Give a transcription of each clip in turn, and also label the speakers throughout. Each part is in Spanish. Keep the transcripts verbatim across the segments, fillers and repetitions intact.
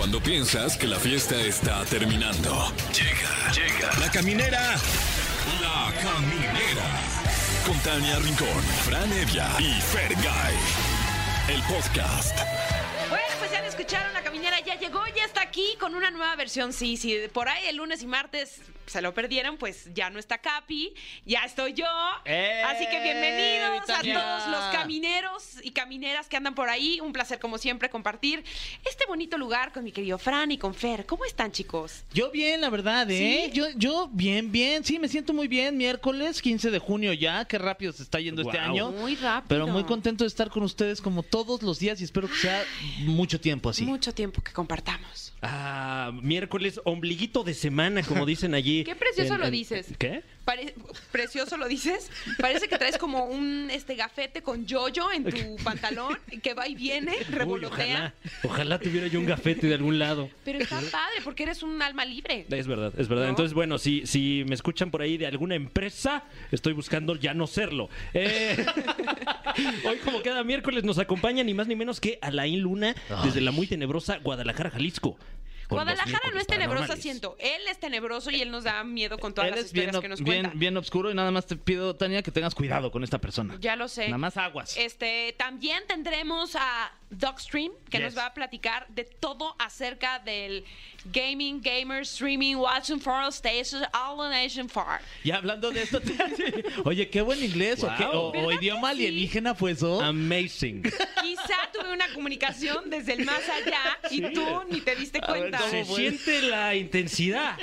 Speaker 1: Cuando piensas que la fiesta está terminando. Llega, llega. La Caminera. La Caminera. Con Tania Rincón, Fran Evia y Fergay. El podcast.
Speaker 2: Bueno, pues ya lo escucharon, La Caminera ya llegó, ya está aquí con una nueva versión. Sí, sí, por ahí el lunes y martes se lo perdieron, pues ya no está Capi, ya estoy yo.
Speaker 3: ¡Eh,
Speaker 2: Así que bienvenidos a
Speaker 3: Tania!
Speaker 2: todos los camineros y camineras que andan por ahí. Un placer, como siempre, compartir este bonito lugar con mi querido Fran y con Fer. ¿Cómo están, chicos?
Speaker 3: Yo bien, la verdad, ¿eh?
Speaker 2: ¿Sí?
Speaker 3: Yo, yo bien, bien. Sí, me siento muy bien. Miércoles, quince de junio ya. Qué rápido se está yendo este
Speaker 4: Guau.
Speaker 3: año.
Speaker 2: Muy rápido.
Speaker 3: Pero muy contento de estar con ustedes como todos los días y espero que sea mucho tiempo así.
Speaker 2: Mucho tiempo que compartamos.
Speaker 4: Ah, miércoles, ombliguito de semana, como dicen allí.
Speaker 2: Qué precioso
Speaker 4: En-
Speaker 2: lo
Speaker 4: en-
Speaker 2: dices.
Speaker 4: ¿Qué?
Speaker 2: Pare- Precioso lo dices. Parece que traes como un este gafete con yoyo en tu pantalón que va y viene,
Speaker 4: Uy,
Speaker 2: revolotea.
Speaker 4: ojalá, ojalá tuviera yo un gafete de algún lado.
Speaker 2: Pero está padre porque eres un alma libre.
Speaker 4: Es verdad, es verdad.
Speaker 2: ¿No?
Speaker 4: Entonces, bueno, si, si me escuchan por ahí de alguna empresa, estoy buscando ya no serlo. Eh, hoy, como cada miércoles, nos acompaña ni más ni menos que Alain Luna desde la muy tenebrosa Guadalajara, Jalisco. Con los
Speaker 2: Guadalajara no
Speaker 4: miércoles
Speaker 2: es tenebrosa,
Speaker 4: paranormales.
Speaker 2: siento. Él es tenebroso y él nos da miedo con todas
Speaker 3: Él
Speaker 2: las
Speaker 3: es bien,
Speaker 2: historias que nos
Speaker 3: bien,
Speaker 2: cuenta.
Speaker 3: bien oscuro y nada más te pido, Tania, que tengas cuidado con esta persona.
Speaker 2: Ya lo sé.
Speaker 3: Nada más aguas.
Speaker 2: Este, también tendremos a Dogstream, que
Speaker 3: Yes.
Speaker 2: nos va a platicar de todo acerca del gaming, gamer, streaming, watching for stations, all the nation for.
Speaker 3: Y hablando de esto, oye, qué buen inglés o,
Speaker 4: Wow.
Speaker 3: qué- o- o
Speaker 2: ¿Verdad que
Speaker 3: idioma
Speaker 2: sí?
Speaker 3: alienígena fue eso.
Speaker 4: Amazing.
Speaker 2: Quizá tuve una comunicación desde el más allá y tú ni te diste
Speaker 3: A ver,
Speaker 2: cuenta.
Speaker 3: ¿cómo
Speaker 4: Se
Speaker 3: fue?
Speaker 4: siente la intensidad.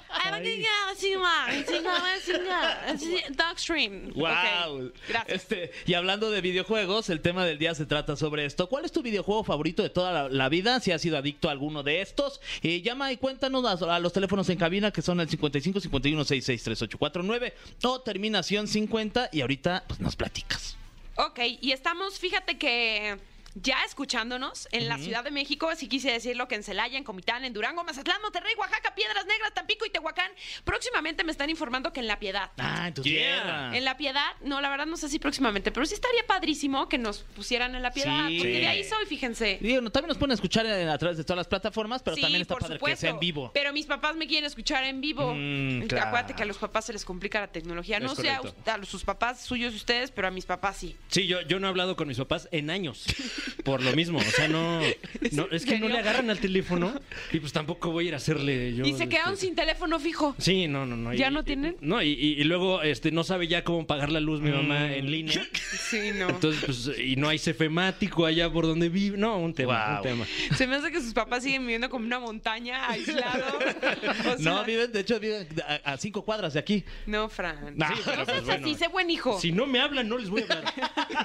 Speaker 2: Dogstream.
Speaker 3: Wow.
Speaker 2: Ok, gracias.
Speaker 3: Este, y hablando de videojuegos, el tema del día se trata sobre esto. ¿Cuál es tu videojuego favorito de toda la, la vida? Si has sido adicto a alguno de estos, y llama y cuéntanos a, a los teléfonos en cabina que son el cincuenta y cinco, cincuenta y uno, sesenta y seis, treinta y ocho cuarenta y nueve o terminación cincuenta y ahorita pues nos platicas.
Speaker 2: Ok, y estamos, fíjate que ya escuchándonos en la Ciudad de México, así quise decirlo, que en Celaya, en Comitán, en Durango, Mazatlán, Monterrey, Oaxaca, Piedras Negras, Tampico y Tehuacán. Próximamente me están informando que en La Piedad.
Speaker 3: Ah, en tu
Speaker 4: Yeah.
Speaker 3: tierra.
Speaker 2: En La Piedad, no, la verdad no sé si próximamente, pero sí estaría padrísimo que nos pusieran en La Piedad,
Speaker 3: Sí.
Speaker 2: porque de ahí soy, fíjense.
Speaker 3: Digo, no, también nos pueden escuchar eh, a través de todas las plataformas, pero
Speaker 2: Sí,
Speaker 3: también está
Speaker 2: por
Speaker 3: padre
Speaker 2: supuesto,
Speaker 3: que sea en vivo.
Speaker 2: Pero mis papás me quieren escuchar en vivo.
Speaker 3: Mm, claro.
Speaker 2: Acuérdate que a los papás se les complica la tecnología. No
Speaker 4: Es
Speaker 2: sé a,
Speaker 4: correcto.
Speaker 2: a sus papás, suyos ustedes, pero a mis papás sí.
Speaker 4: Sí, yo, yo no he hablado con mis papás en años. Por lo mismo. O sea, no. no es que no
Speaker 2: serio?
Speaker 4: le agarran al teléfono. Y pues tampoco voy a ir a hacerle yo.
Speaker 2: Y se quedaron
Speaker 4: este,
Speaker 2: sin teléfono fijo.
Speaker 4: Sí, no, no, no.
Speaker 2: ¿Ya
Speaker 4: y-
Speaker 2: no
Speaker 4: y-
Speaker 2: tienen?
Speaker 4: No, y, y- y luego este no sabe ya cómo pagar la luz mi mamá en línea.
Speaker 2: Sí, no.
Speaker 4: Entonces, pues, y no hay cefemático allá por donde vive. No, un tema,
Speaker 3: Wow.
Speaker 4: un tema.
Speaker 2: Se me hace que sus papás siguen viviendo como una montaña, aislado. O sea,
Speaker 3: No, viven, de hecho, viven a, a cinco cuadras de aquí.
Speaker 2: No, Fran.
Speaker 3: No,
Speaker 2: no
Speaker 3: pero
Speaker 2: seas
Speaker 4: pues bueno.
Speaker 2: así, sé buen hijo.
Speaker 4: Si no me hablan, no les voy a hablar.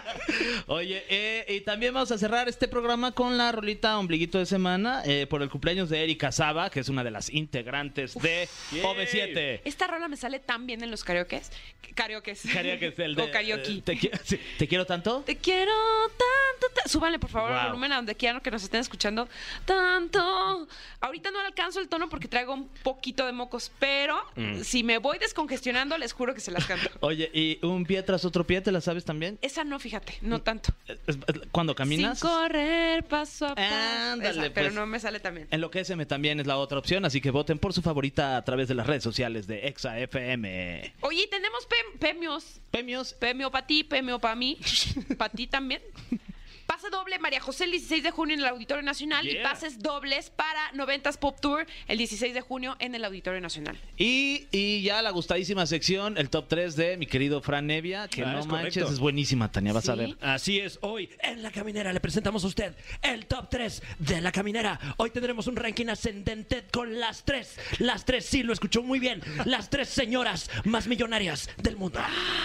Speaker 3: Oye, eh, y también vamos a cerrar este programa con la rolita Ombliguito de Semana eh, por el cumpleaños de Erika Saba, que es una de las integrantes de
Speaker 4: yay.
Speaker 3: O V siete.
Speaker 2: Esta rola me sale tan bien en los karaokes. Karaokes.
Speaker 3: Karaoke es el de,
Speaker 2: O karaoke.
Speaker 3: eh, te, qui- sí, ¿te quiero tanto?
Speaker 2: Te quiero tanto, ta- súbanle por favor el
Speaker 3: Wow.
Speaker 2: volumen a donde quieran que nos estén escuchando. Tanto. Ahorita no alcanzo el tono porque traigo un poquito de mocos, pero
Speaker 3: Mm.
Speaker 2: si me voy descongestionando, les juro que se las canto.
Speaker 3: Oye, ¿y un pie tras otro pie te la sabes también?
Speaker 2: Esa no, fíjate, no tanto.
Speaker 3: Es- es- Cuando caminas.
Speaker 2: Sin correr paso a paso.
Speaker 3: Ándale,
Speaker 2: Esa, pero
Speaker 3: pues.
Speaker 2: no me sale también.
Speaker 3: Enloquéceme también es la otra opción, así que voten por su favorita a través de las redes sociales de Exa F M.
Speaker 2: Oye, y tenemos pem- premios.
Speaker 3: Premios.
Speaker 2: Premio para ti, premio para mí, para ti también. Pase doble María José el dieciséis de junio en el Auditorio Nacional y
Speaker 4: Yeah.
Speaker 2: pases dobles para noventas Pop Tour el dieciséis de junio en el Auditorio Nacional.
Speaker 3: Y, y ya la gustadísima sección, el top tres de mi querido Fran Nevia, que
Speaker 4: Ah,
Speaker 3: no
Speaker 4: es
Speaker 3: manches,
Speaker 4: correcto.
Speaker 3: es buenísima, Tania, vas a
Speaker 2: Sí.
Speaker 3: ver.
Speaker 4: Así es, hoy en La Caminera le presentamos a usted el top tres de La Caminera. Hoy tendremos un ranking ascendente con las tres, las tres, sí, lo escuchó muy bien, las tres señoras más millonarias del mundo.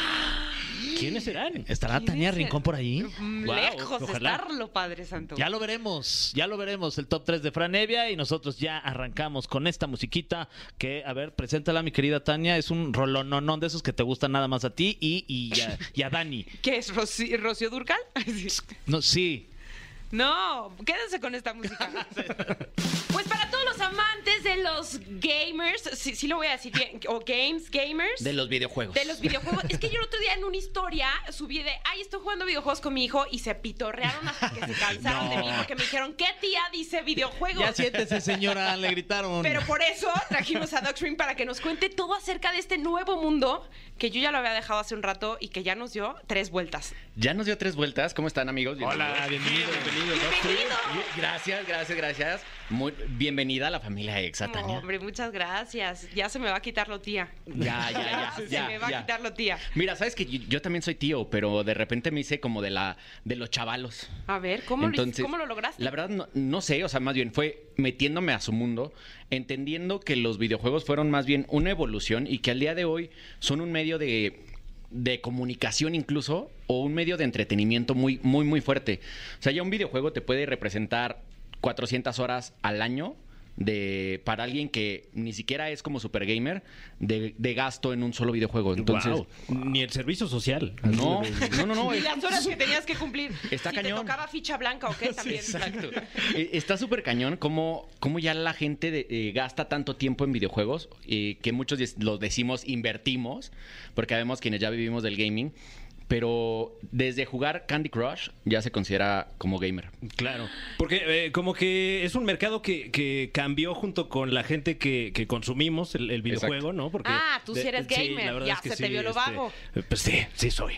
Speaker 4: ¿Quiénes serán?
Speaker 3: ¿Estará Tania
Speaker 2: ¿Quién es?
Speaker 3: Rincón por ahí?
Speaker 2: Mm,
Speaker 4: Wow,
Speaker 2: Lejos de
Speaker 4: ojalá.
Speaker 2: estarlo, Padre Santo.
Speaker 3: Ya lo veremos, ya lo veremos, el top tres de Fran Evia y nosotros ya arrancamos con esta musiquita que, a ver, preséntala mi querida Tania, es un rolononón de esos que te gustan nada más a ti y, y, a, y a Dani.
Speaker 2: ¿Qué es, Rocío, Rocío Dúrcal?
Speaker 3: No, sí.
Speaker 2: No, quédense con esta música. Pues para todos los amantes de los gamers, sí, sí lo voy a decir bien, o games, gamers.
Speaker 5: De los videojuegos.
Speaker 2: De los videojuegos. Es que yo el otro día en una historia subí de, ay, estoy jugando videojuegos con mi hijo y se pitorrearon hasta que se cansaron de mí porque me dijeron, ¿qué tía dice videojuegos?
Speaker 3: Ya siéntese, señora, le gritaron.
Speaker 2: Pero por eso trajimos a Docstream para que nos cuente todo acerca de este nuevo mundo que yo ya lo había dejado hace un rato y que ya nos dio tres vueltas.
Speaker 5: Ya nos dio tres vueltas. ¿Cómo están, amigos?
Speaker 3: Hola, bienvenido, bienvenido.
Speaker 2: ¡Bienvenido!
Speaker 5: Gracias, gracias, gracias. Muy bienvenida a la familia Exa,
Speaker 2: No,
Speaker 5: Tania.
Speaker 2: hombre, muchas gracias. Ya se me va a quitar lo tía.
Speaker 5: Ya, ya, ya.
Speaker 2: se
Speaker 5: ya,
Speaker 2: me va
Speaker 5: ya.
Speaker 2: a quitar lo tía.
Speaker 5: Mira, sabes que yo, yo también soy tío, pero de repente me hice como de la de los chavalos.
Speaker 2: A ver, ¿cómo,
Speaker 5: Entonces,
Speaker 2: lo, ¿cómo lo lograste?
Speaker 5: La verdad no, no sé, o sea, más bien fue metiéndome a su mundo, entendiendo que los videojuegos fueron más bien una evolución y que al día de hoy son un medio de de comunicación incluso o un medio de entretenimiento muy muy muy fuerte. O sea, ya un videojuego te puede representar cuatrocientas horas al año de para alguien que ni siquiera es como super gamer de, de gasto en un solo videojuego. Entonces,
Speaker 4: Guau, ni el servicio social.
Speaker 5: no, no, no, no.
Speaker 2: Y
Speaker 5: es-
Speaker 2: las horas que tenías que cumplir.
Speaker 5: Está
Speaker 2: si
Speaker 5: cañón.
Speaker 2: te tocaba ficha blanca o qué también.
Speaker 5: Exacto. Eh, Está súper cañón cómo, cómo ya la gente de- eh, gasta tanto tiempo en videojuegos, eh, que muchos des- los decimos invertimos, porque vemos quienes ya vivimos del gaming, pero desde jugar Candy Crush ya se considera como gamer.
Speaker 4: Claro, porque eh, como que es un mercado que, que cambió junto con la gente que, que consumimos el, el videojuego,
Speaker 5: Exacto.
Speaker 4: ¿no? Porque
Speaker 2: Ah, tú sí eres gamer,
Speaker 4: la verdad
Speaker 2: ya
Speaker 4: es que
Speaker 2: se te vio lo
Speaker 4: este,
Speaker 2: vago.
Speaker 4: eh, Pues sí, sí soy.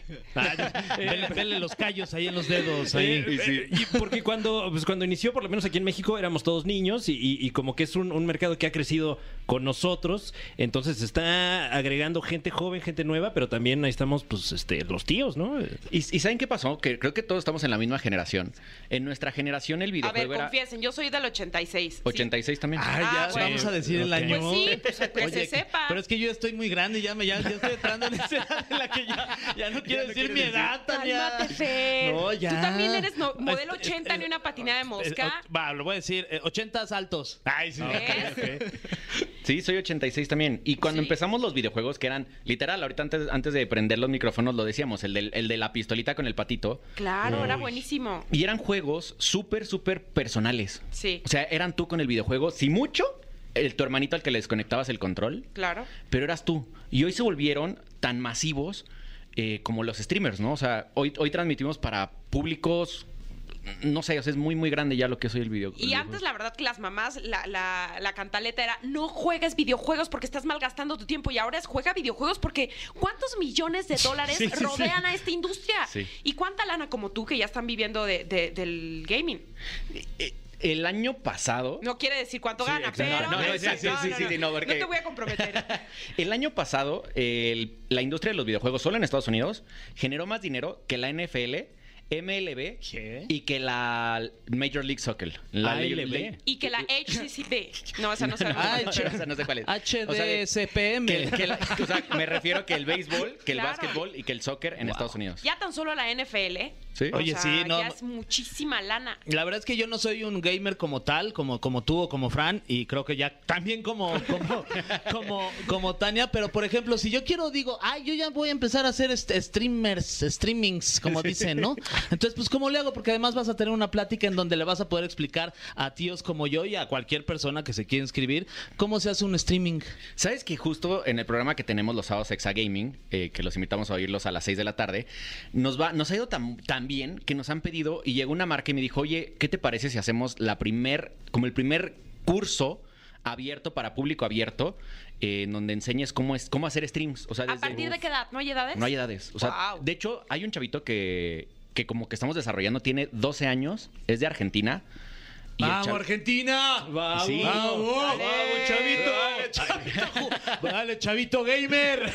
Speaker 3: Vele, vele los callos ahí en los dedos. Ahí.
Speaker 4: Eh, eh, y porque cuando, pues cuando inició, por lo menos aquí en México, éramos todos niños y, y- y como que es un, un mercado que ha crecido con nosotros, entonces se está agregando gente joven, gente nueva, pero también ahí estamos, pues, este, los tíos, ¿no?
Speaker 5: ¿Y, y saben qué pasó? Que creo que todos estamos en la misma generación. En nuestra generación el
Speaker 2: A ver,
Speaker 5: videojuego era
Speaker 2: confiesen, yo soy del ochenta y seis. ¿sí?
Speaker 5: ochenta y seis también.
Speaker 3: Ay, ya
Speaker 2: Ah, bueno.
Speaker 3: vamos a decir el
Speaker 4: Ok.
Speaker 3: año.
Speaker 2: Pues sí, pues, que se sepa.
Speaker 3: Pero es que yo estoy muy grande, ya me ya, ya estoy entrando en esa edad en la que ya, ya no quiero
Speaker 4: no
Speaker 3: decir
Speaker 4: quieres
Speaker 3: mi
Speaker 4: decir.
Speaker 3: edad, Tania.
Speaker 2: Cálmate, Fer.
Speaker 3: No, ya.
Speaker 2: Tú también eres no- modelo
Speaker 3: Es- es-
Speaker 2: ochenta
Speaker 3: es-
Speaker 2: ni una patinada de mosca.
Speaker 3: es- Va, lo voy a decir, eh, ochenta saltos. Ay, sí.
Speaker 2: ¿Ves?
Speaker 5: Sí, soy ochenta y seis también. Y cuando
Speaker 2: Sí.
Speaker 5: empezamos los videojuegos, que eran literal, ahorita antes, antes de prender los micrófonos lo decíamos, el, del, el de la pistolita con el patito.
Speaker 2: Claro, era buenísimo.
Speaker 5: Y eran juegos súper, súper personales.
Speaker 2: Sí.
Speaker 5: O sea, eran tú con el videojuego, si mucho, el, tu hermanito al que le desconectabas el control,
Speaker 2: Claro.
Speaker 5: pero eras tú. Y hoy se volvieron tan masivos eh, como los streamers, ¿no? O sea, hoy, hoy transmitimos para públicos, no sé, o sea, es muy, muy grande ya lo que soy el video.
Speaker 2: Y antes, la verdad, que las mamás, la, la, la cantaleta era: no juegues videojuegos porque estás malgastando tu tiempo. Y ahora es: juega videojuegos porque ¿cuántos millones de dólares
Speaker 3: Sí, sí, sí.
Speaker 2: rodean a esta industria?
Speaker 5: Sí.
Speaker 2: ¿Y cuánta lana como tú que ya están viviendo de, de- del gaming?
Speaker 5: Eh, El año pasado...
Speaker 2: No quiere decir cuánto
Speaker 5: Sí,
Speaker 2: gana,
Speaker 5: exacto.
Speaker 2: pero...
Speaker 5: No, no, sí,
Speaker 2: Exacto,
Speaker 5: sí, sí, sí, sí, no, porque-
Speaker 2: No te voy a comprometer.
Speaker 5: El año pasado, el- la industria de los videojuegos solo en Estados Unidos generó más dinero que la N F L, M L B
Speaker 4: ¿Qué?
Speaker 5: y que la Major League Soccer. La
Speaker 4: A L B.
Speaker 5: ley-
Speaker 2: Y que la H C C B. No, esa no se
Speaker 3: Ah,
Speaker 5: no,
Speaker 3: H-
Speaker 5: esa no sé cuál es.
Speaker 3: H
Speaker 5: O sea,
Speaker 3: D
Speaker 5: de-
Speaker 3: S P M.
Speaker 5: que- que la- o sea, me refiero que el béisbol, que el
Speaker 2: Claro.
Speaker 5: básquetbol y que el soccer en Estados Unidos.
Speaker 2: Ya tan solo la N F L.
Speaker 5: Sí.
Speaker 2: o
Speaker 3: Oye,
Speaker 2: sea,
Speaker 3: sí, no,
Speaker 2: ya
Speaker 3: no.
Speaker 2: es muchísima lana.
Speaker 3: La verdad es que yo no soy un gamer como tal, como, como tú o como Fran, y creo que ya también como, como, como, como Tania, pero por ejemplo, si yo quiero, digo, ay, yo ya voy a empezar a hacer este, streamers, streamings, como dicen, ¿no? Entonces, pues, ¿cómo le hago? Porque además vas a tener una plática en donde le vas a poder explicar a tíos como yo y a cualquier persona que se quiera inscribir cómo se hace un streaming.
Speaker 5: ¿Sabes que justo en el programa que tenemos los sábados Exa Gaming, eh, que los invitamos a oírlos a las seis de la tarde, nos va, nos ha ido tan, tan bien que nos han pedido y llegó una marca y me dijo, oye, ¿qué te parece si hacemos la primer, como el primer curso abierto para público abierto, eh, en donde enseñes cómo es, cómo hacer streams? O sea,
Speaker 2: ¿A
Speaker 5: desde-
Speaker 2: partir de qué edad? ¿No hay edades?
Speaker 5: No hay edades. O sea,
Speaker 2: Guau.
Speaker 5: de hecho, hay un chavito que, que como que estamos desarrollando, tiene doce años, es de Argentina. y el
Speaker 3: ¡Vamos,
Speaker 5: chav-
Speaker 3: Argentina!
Speaker 4: Vamos.
Speaker 5: Sí.
Speaker 3: ¡Vamos!
Speaker 2: Dale.
Speaker 3: ¡Vamos, chavito! ¡Dale, chavito! ¡Dale, chavito gamer!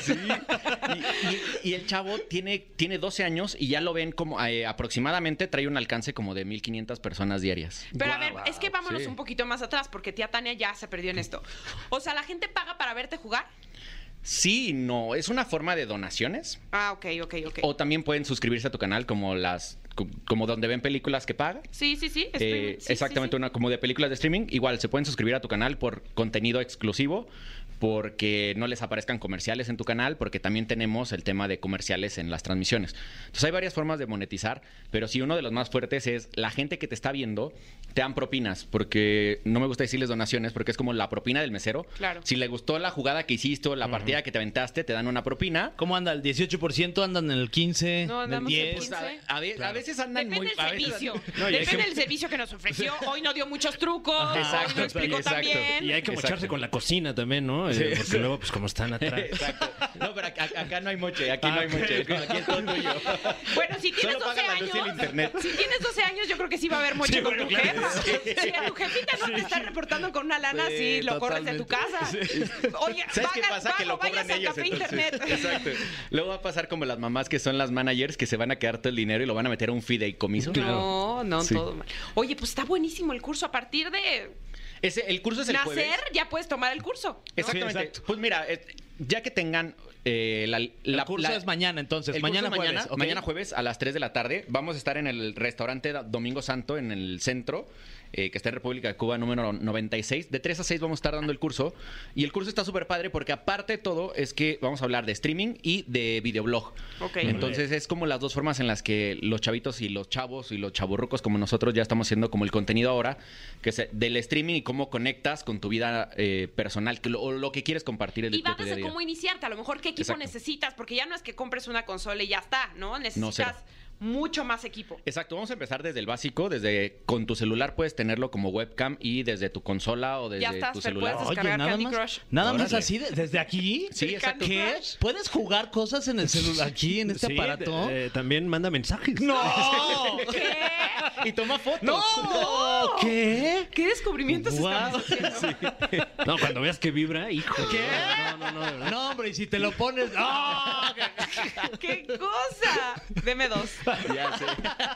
Speaker 5: Y, y- y el chavo tiene, tiene doce años y ya lo ven como eh, aproximadamente trae un alcance como de mil quinientas personas diarias.
Speaker 2: Pero a ver, es que vámonos
Speaker 5: sí.
Speaker 2: un poquito más atrás, porque tía Tania ya se perdió en esto. O sea, ¿la gente paga para verte jugar?
Speaker 5: Sí, no, es una forma de donaciones.
Speaker 2: Ah, ok, ok, ok.
Speaker 5: O también pueden suscribirse a tu canal como las como donde ven películas que pagan.
Speaker 2: Sí, sí, sí.
Speaker 5: Eh,
Speaker 2: streaming, sí,
Speaker 5: exactamente,
Speaker 2: sí, sí.
Speaker 5: una como de películas de streaming. Igual se pueden suscribir a tu canal por contenido exclusivo. porque no les aparezcan comerciales en tu canal, porque también tenemos el tema de comerciales en las transmisiones. Entonces hay varias formas de monetizar, pero sí uno de los más fuertes es la gente que te está viendo, te dan propinas, porque no me gusta decirles donaciones, porque es como la propina del mesero.
Speaker 2: Claro.
Speaker 5: Si le gustó la jugada que hiciste o la partida que te aventaste, te dan una propina.
Speaker 3: ¿Cómo anda? ¿El dieciocho por ciento? ¿Andan en el quince?
Speaker 2: No,
Speaker 3: ¿En el
Speaker 2: andamos en
Speaker 3: diez?
Speaker 2: quince.
Speaker 5: A, a ve- a veces andan
Speaker 2: Depende
Speaker 5: muy...
Speaker 2: del
Speaker 5: a veces-
Speaker 2: servicio.
Speaker 4: No, y hay
Speaker 2: Depende
Speaker 4: que-
Speaker 2: del servicio que nos ofreció. Hoy no dio muchos trucos.
Speaker 5: Exacto,
Speaker 2: hoy no explicó
Speaker 5: exacto.
Speaker 2: también.
Speaker 4: Y hay que mocharse
Speaker 5: Exacto.
Speaker 4: con la cocina también, ¿no? Eh, porque luego, pues como están atrás.
Speaker 5: Exacto. No, pero acá, acá no hay moche, aquí no hay moche. Aquí es todo tuyo.
Speaker 2: Bueno, si tienes
Speaker 5: Solo
Speaker 2: doce
Speaker 5: paga la luz y el
Speaker 2: años,
Speaker 5: internet.
Speaker 2: si tienes doce años, yo creo que sí va a haber moche
Speaker 4: Sí,
Speaker 2: con
Speaker 4: bueno,
Speaker 2: tu
Speaker 4: claro.
Speaker 2: jefa. Si a tu jefita no te está reportando con una lana,
Speaker 3: Sí,
Speaker 2: sí, lo corres de tu casa. Oye,
Speaker 5: ¿Sabes qué
Speaker 2: vaga-
Speaker 5: pasa? Que
Speaker 2: vago,
Speaker 5: lo cobran
Speaker 2: vayas a
Speaker 5: ellos.
Speaker 2: Café
Speaker 5: entonces.
Speaker 2: Internet.
Speaker 5: Exacto. Luego va a pasar como las mamás que son las managers que se van a quedar todo el dinero y lo van a meter a un fideicomiso.
Speaker 2: No, no,
Speaker 5: Sí.
Speaker 2: todo mal. Oye, pues está buenísimo el curso. A partir de
Speaker 5: Ese, el curso es el
Speaker 2: nacer,
Speaker 5: jueves.
Speaker 2: ya puedes tomar el curso. ¿no?
Speaker 5: Exactamente.
Speaker 3: Sí, exacto.
Speaker 5: Pues mira, eh, ya que tengan eh, la,
Speaker 3: El
Speaker 5: la-
Speaker 3: curso
Speaker 5: la-
Speaker 3: es mañana, entonces.
Speaker 5: el
Speaker 3: Mañana
Speaker 5: curso es
Speaker 3: jueves.
Speaker 5: mañana,
Speaker 3: ¿ok?
Speaker 5: mañana jueves a las tres de la tarde. Vamos a estar en el restaurante Domingo Santo en el centro, eh, que está en República de Cuba, número noventa y seis. De tres a seis vamos a estar dando el curso. Y el curso está súper padre porque aparte de todo es que vamos a hablar de streaming y de videoblog.
Speaker 2: Ok.
Speaker 5: Entonces es como las dos formas en las que los chavitos y los chavos y los chavorrucos como nosotros ya estamos haciendo como el contenido ahora, que es del streaming y cómo conectas con tu vida eh, personal, que lo, o lo que quieres compartir el
Speaker 2: Y
Speaker 5: de
Speaker 2: vas
Speaker 5: tu
Speaker 2: a
Speaker 5: día a
Speaker 2: saber
Speaker 5: día.
Speaker 2: cómo iniciarte, a lo mejor qué equipo
Speaker 5: Exacto.
Speaker 2: necesitas, porque ya no es que compres una consola y ya está, ¿no? Necesitas
Speaker 5: cero.
Speaker 2: mucho más equipo.
Speaker 5: Exacto, vamos a empezar desde el básico, desde con tu celular puedes tenerlo como webcam y desde tu consola o desde
Speaker 2: Ya estás,
Speaker 5: tu
Speaker 2: Fer,
Speaker 5: celular.
Speaker 2: puedes
Speaker 3: Oye,
Speaker 2: descargar
Speaker 3: nada
Speaker 2: Candy
Speaker 3: más,
Speaker 2: Crush.
Speaker 3: nada más
Speaker 5: Órale.
Speaker 3: así, de- desde aquí.
Speaker 5: Sí,
Speaker 2: El
Speaker 5: exacto.
Speaker 2: Candy
Speaker 3: ¿Qué?
Speaker 2: Crush.
Speaker 3: ¿Puedes jugar cosas en el celular aquí, en este
Speaker 4: Sí,
Speaker 3: aparato?
Speaker 4: eh, también manda mensajes.
Speaker 3: ¡No!
Speaker 2: ¿Qué?
Speaker 5: Y toma fotos.
Speaker 3: ¡No! ¿Qué?
Speaker 2: ¿Qué descubrimientos
Speaker 3: Guau.
Speaker 2: estamos haciendo?
Speaker 4: No, cuando veas que vibra, hijo.
Speaker 3: ¿Qué?
Speaker 4: No, no, no, de verdad.
Speaker 3: No, hombre, y si te lo pones. ¡No!
Speaker 2: ¡Qué cosa! Deme dos.
Speaker 5: Ya sé.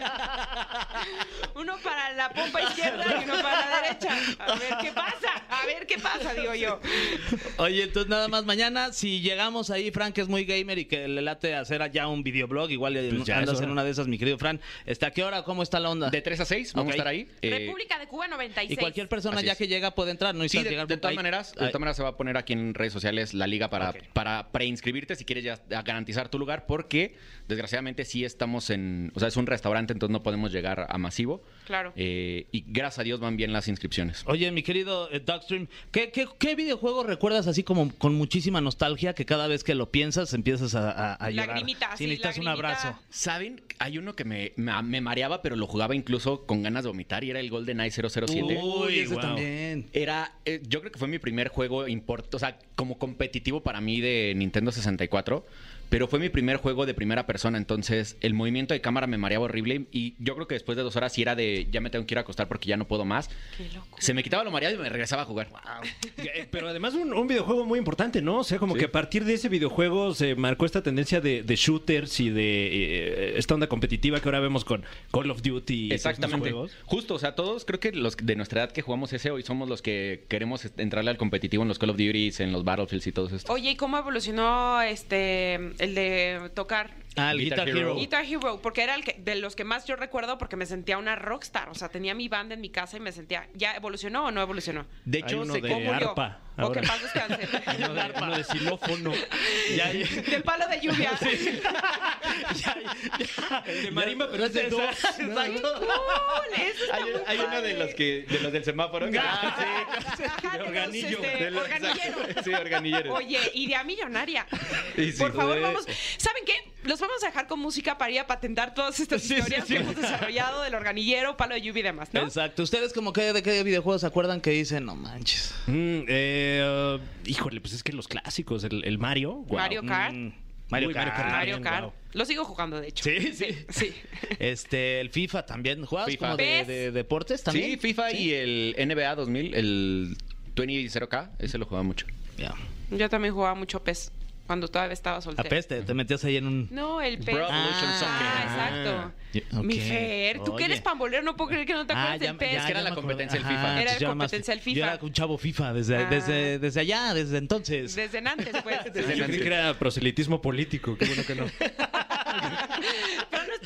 Speaker 2: Uno para la pompa izquierda y uno para la derecha. A ver qué pasa. A ver qué pasa, digo yo.
Speaker 3: Oye, entonces nada más mañana, si llegamos ahí, Fran, que es muy gamer y que le late hacer ya un videoblog, igual
Speaker 4: Pues ya
Speaker 3: andas
Speaker 4: es hora.
Speaker 3: en una de esas, mi querido Fran. ¿Hasta qué hora? ¿Cómo está la onda?
Speaker 5: De tres a seis vamos
Speaker 3: Ok.
Speaker 5: a estar ahí. Eh,
Speaker 2: República de Cuba noventa y seis.
Speaker 3: Y cualquier persona
Speaker 5: Así
Speaker 3: ya
Speaker 5: es.
Speaker 3: que llega puede entrar, no
Speaker 5: Sí,
Speaker 3: necesitas
Speaker 5: de,
Speaker 3: llegar
Speaker 5: de todas
Speaker 3: ahí.
Speaker 5: maneras, de
Speaker 3: Ay.
Speaker 5: todas maneras se va a poner aquí en redes sociales la liga para,
Speaker 3: Ok.
Speaker 5: para preinscribirte si quieres ya garantizar tu lugar, porque desgraciadamente sí estamos en, o sea, es un restaurante, entonces no podemos llegar a masivo.
Speaker 2: Claro.
Speaker 5: Eh, y gracias a Dios van bien las inscripciones.
Speaker 3: Oye, mi querido eh, Dogstream, ¿qué, qué, qué videojuego recuerdas así como con muchísima nostalgia que cada vez que lo piensas empiezas a, a, a llorar?
Speaker 2: Lagrimita,
Speaker 3: Sí,
Speaker 2: sí,
Speaker 3: necesitas un
Speaker 2: lagrimita.
Speaker 3: abrazo.
Speaker 5: ¿Saben? Hay uno que me, me, me mareaba, pero lo jugaba incluso con ganas de vomitar y era el GoldenEye cero cero siete.
Speaker 3: Uy, ese
Speaker 4: wow.
Speaker 3: también.
Speaker 5: Era, eh, yo creo que fue mi primer juego import, o sea, como competitivo para mí de Nintendo sesenta y cuatro, pero fue mi primer juego de primera persona, entonces el movimiento de cámara me mareaba horrible y yo creo que después de dos horas sí era de ya me tengo que ir a acostar porque ya no puedo más.
Speaker 2: Qué loco.
Speaker 5: Se me quitaba lo mareado y me regresaba a jugar.
Speaker 4: Eh, Pero además un, un videojuego muy importante, ¿no? O sea, como
Speaker 5: Sí.
Speaker 4: que a partir de ese videojuego se marcó esta tendencia de, de shooters y de eh, esta onda competitiva que ahora vemos con Call of Duty y todos estos
Speaker 5: Exactamente.
Speaker 4: juegos.
Speaker 5: Justo, o sea, todos creo que los de nuestra edad que jugamos ese hoy somos los que queremos est- entrarle al competitivo en los Call of Duty, en los Battlefields y todo esto.
Speaker 2: Oye, ¿y cómo evolucionó este el de tocar
Speaker 3: Ah, el
Speaker 5: Guitar
Speaker 3: Guitar,
Speaker 5: Hero.
Speaker 3: Hero.
Speaker 2: Guitar Hero? Porque era el que, de los que más yo recuerdo porque me sentía una rockstar. O sea, tenía mi banda en mi casa y me sentía... ¿Ya evolucionó o no evolucionó?
Speaker 5: De
Speaker 4: Hay
Speaker 5: hecho,
Speaker 4: uno
Speaker 5: se
Speaker 4: de
Speaker 2: ¿Cómo murió?
Speaker 4: arpa.
Speaker 2: ¿O qué
Speaker 4: ahora.
Speaker 2: pasó es cáncer?
Speaker 4: Uno de, uno de xilófono.
Speaker 3: Ya, ya,
Speaker 2: Del palo de lluvia.
Speaker 3: ya, ya.
Speaker 4: El de marimba, pero es de dos.
Speaker 3: Exacto.
Speaker 2: Cool, eso está
Speaker 5: hay,
Speaker 2: muy
Speaker 5: hay uno
Speaker 2: padre.
Speaker 5: de los que de los del semáforo.
Speaker 3: Ah,
Speaker 5: sí.
Speaker 2: Ajá,
Speaker 4: de
Speaker 2: de los,
Speaker 4: organillo.
Speaker 2: este,
Speaker 5: De los-
Speaker 2: organillero.
Speaker 5: exacto. Sí, organillero.
Speaker 2: Oye, idea millonaria.
Speaker 5: Y sí.
Speaker 2: Por favor,
Speaker 5: Eh,
Speaker 2: vamos. ¿Saben qué? Los vamos a dejar con música para ir a patentar todas estas
Speaker 3: Sí, sí,
Speaker 2: historias
Speaker 3: sí.
Speaker 2: que hemos desarrollado del organillero, palo de lluvia y demás, ¿no?
Speaker 3: Exacto. ¿Ustedes como que de qué videojuegos se acuerdan que dicen, no manches?
Speaker 4: Mm, eh, uh, híjole, pues es que los clásicos, el, el Mario. guau.
Speaker 2: Mario Kart.
Speaker 3: Mm, Mario
Speaker 4: Uy,
Speaker 3: Kart.
Speaker 4: Mario Kart.
Speaker 2: Mario
Speaker 4: también,
Speaker 2: Kart.
Speaker 4: wow.
Speaker 2: Lo sigo jugando, de hecho.
Speaker 3: Sí, sí.
Speaker 2: Sí.
Speaker 3: Este, el FIFA también. ¿Jugabas
Speaker 5: FIFA.
Speaker 3: como de,
Speaker 2: ¿Ves?
Speaker 3: de deportes también?
Speaker 5: Sí, FIFA y el N B A dos mil, el veinte cero K, ese lo jugaba mucho.
Speaker 3: Ya.
Speaker 2: Yo también jugaba mucho PES cuando todavía estaba
Speaker 3: A
Speaker 2: soltera.
Speaker 3: PES, te, te metías ahí en un...
Speaker 2: No, el PES.
Speaker 5: Pro Evolution
Speaker 2: ah,
Speaker 5: Soccer.
Speaker 2: exacto.
Speaker 3: Ya, ok.
Speaker 2: Mi Fer, tú que
Speaker 3: Oye.
Speaker 2: eres pambolero, no puedo creer que no te acuerdas del PES.
Speaker 5: que era
Speaker 3: me
Speaker 5: la
Speaker 3: acordé.
Speaker 5: competencia del
Speaker 3: Ajá,
Speaker 5: FIFA.
Speaker 2: Era
Speaker 3: entonces
Speaker 2: la
Speaker 3: yo era más-
Speaker 2: competencia del FIFA.
Speaker 3: Yo era un chavo FIFA desde,
Speaker 2: Ah.
Speaker 3: desde, desde allá, desde entonces.
Speaker 2: Desde antes, pues.
Speaker 5: Desde
Speaker 4: Yo creí
Speaker 5: antes.
Speaker 4: que era proselitismo político. Qué bueno que no.
Speaker 2: Pero no estaba entendiendo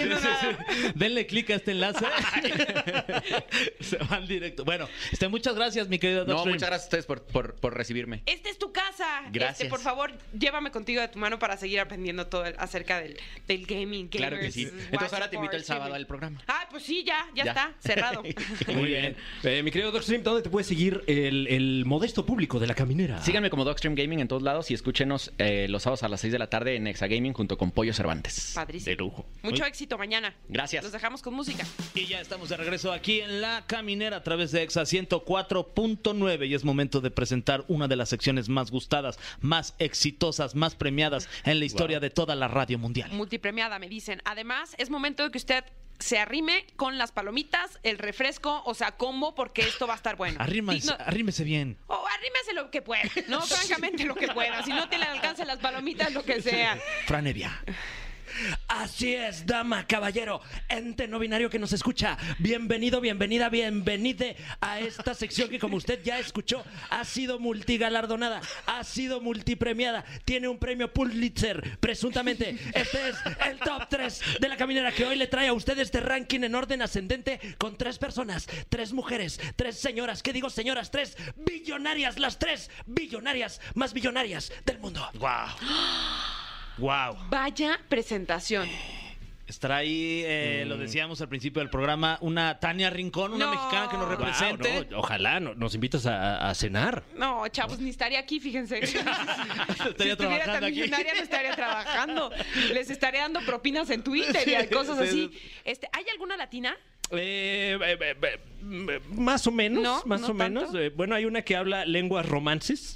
Speaker 2: diciendo nada.
Speaker 3: Denle clic a este enlace. Se van directo. Bueno, este, muchas gracias, mi querido
Speaker 5: No,
Speaker 3: Doctor.
Speaker 5: muchas gracias a ustedes por, por, por recibirme.
Speaker 2: Esta es tu casa.
Speaker 5: Gracias.
Speaker 2: Este, por favor, llévame contigo de tu mano para seguir aprendiendo todo el- acerca del, del gaming.
Speaker 5: Claro que
Speaker 2: gamers,
Speaker 5: sí.
Speaker 2: watch
Speaker 5: Entonces ahora te invito el
Speaker 2: sports,
Speaker 5: sábado
Speaker 2: gaming.
Speaker 5: al programa.
Speaker 2: Ah, pues sí, ya, ya,
Speaker 5: Ya.
Speaker 2: está, cerrado.
Speaker 4: Muy bien. Eh, mi querido Doctor Stream, ¿dónde te puede seguir el, el modesto público de la caminera?
Speaker 5: Síganme como Dogstream Gaming en todos lados y escúchenos eh, los sábados a las seis de la tarde en Exa Gaming junto con Pollo Cervantes.
Speaker 2: Padrísimo.
Speaker 3: De lujo.
Speaker 2: Mucho
Speaker 3: Muy-
Speaker 2: éxito mañana.
Speaker 5: Gracias.
Speaker 2: Los dejamos con música.
Speaker 3: Y ya estamos de regreso aquí en La Caminera a través de Exa ciento cuatro punto nueve y es momento de presentar una de las secciones más gustadas, más exitosas, más premiadas en la historia de toda la radio mundial.
Speaker 2: Multipremiada, me dicen. Además, es momento de que usted se arrime con las palomitas, el refresco, o sea, combo, porque esto va a estar bueno.
Speaker 3: Arrímese,
Speaker 2: Y no-
Speaker 3: arrímese bien.
Speaker 2: O arrímese lo que pueda, no, francamente lo que pueda. Si no te le alcanzan las palomitas, lo que sea.
Speaker 3: Fran Evia.
Speaker 4: Así es, dama, caballero, ente no binario que nos escucha. Bienvenido, bienvenida, bienvenide a esta sección que, como usted ya escuchó, ha sido multigalardonada, ha sido multipremiada, tiene un premio Pulitzer, presuntamente. Este es el top tres de la caminera que hoy le trae a usted este ranking en orden ascendente con tres personas, tres mujeres, tres señoras, ¿qué digo señoras? Tres billonarias, las tres billonarias más billonarias del mundo.
Speaker 3: Wow. Wow.
Speaker 2: Vaya presentación.
Speaker 3: Estará ahí, eh, lo decíamos al principio del programa, una Tania Rincón, una
Speaker 2: No.
Speaker 3: mexicana que nos
Speaker 2: Wow,
Speaker 3: represente.
Speaker 4: Wow, no, ojalá no- nos invitas a, a cenar.
Speaker 2: No, chavos, ni estaría aquí, fíjense. si estuviera
Speaker 3: trabajando
Speaker 2: tan
Speaker 3: aquí.
Speaker 2: millonaria, no estaría trabajando. Les estaría dando propinas en Twitter y cosas
Speaker 3: Sí,
Speaker 2: así.
Speaker 3: sí.
Speaker 2: Este, ¿hay alguna latina?
Speaker 4: Eh, eh, eh, eh, eh, más o menos,
Speaker 2: No,
Speaker 4: más
Speaker 2: no
Speaker 4: o menos.
Speaker 2: tanto.
Speaker 4: Eh, bueno, hay una que habla lenguas romances.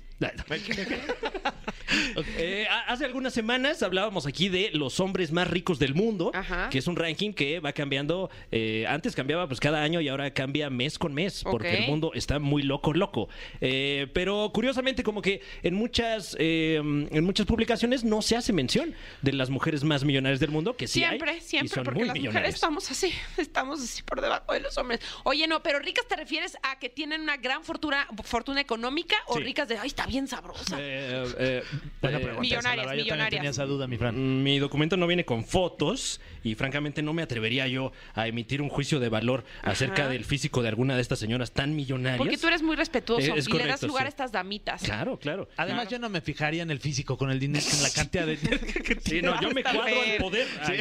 Speaker 4: Eh, a- hace algunas semanas hablábamos aquí de los hombres más ricos del mundo,
Speaker 2: Ajá.
Speaker 4: que es un ranking que va cambiando. eh, antes cambiaba pues cada año y ahora cambia mes con mes, porque
Speaker 2: Ok.
Speaker 4: el mundo está muy loco, loco. Eh, pero curiosamente, como que en muchas, eh, en muchas publicaciones no se hace mención de las mujeres más millonarias del mundo, que sí hay,
Speaker 2: Siempre,
Speaker 4: y
Speaker 2: siempre,
Speaker 4: son
Speaker 2: porque
Speaker 4: muy
Speaker 2: las
Speaker 4: millonarias.
Speaker 2: mujeres estamos así, estamos así por debajo de los hombres. Oye, no, pero ricas te refieres a que tienen una gran fortuna, fortuna económica o
Speaker 4: Sí.
Speaker 2: ricas de, ay, está bien sabrosa.
Speaker 4: Eh, eh,
Speaker 3: Buena
Speaker 4: eh,
Speaker 3: pregunta.
Speaker 2: Millonarias,
Speaker 3: esa, la verdad, yo también
Speaker 2: millonarias.
Speaker 3: tenía esa duda, mi Fran.
Speaker 4: Mi documento no viene con fotos y francamente no me atrevería yo a emitir un juicio de valor acerca
Speaker 2: Ajá.
Speaker 4: del físico de alguna de estas señoras tan millonarias.
Speaker 2: Porque tú eres muy respetuoso
Speaker 4: Eh, es
Speaker 2: y le das
Speaker 4: correcto,
Speaker 2: lugar
Speaker 4: sí.
Speaker 2: a estas damitas.
Speaker 4: Claro, claro.
Speaker 3: Además, yo no me fijaría en el físico con el dinero, con la cantidad de dinero que
Speaker 4: Sí, no, yo me
Speaker 2: Basta,
Speaker 4: cuadro al
Speaker 2: Fer.
Speaker 4: poder. Ay.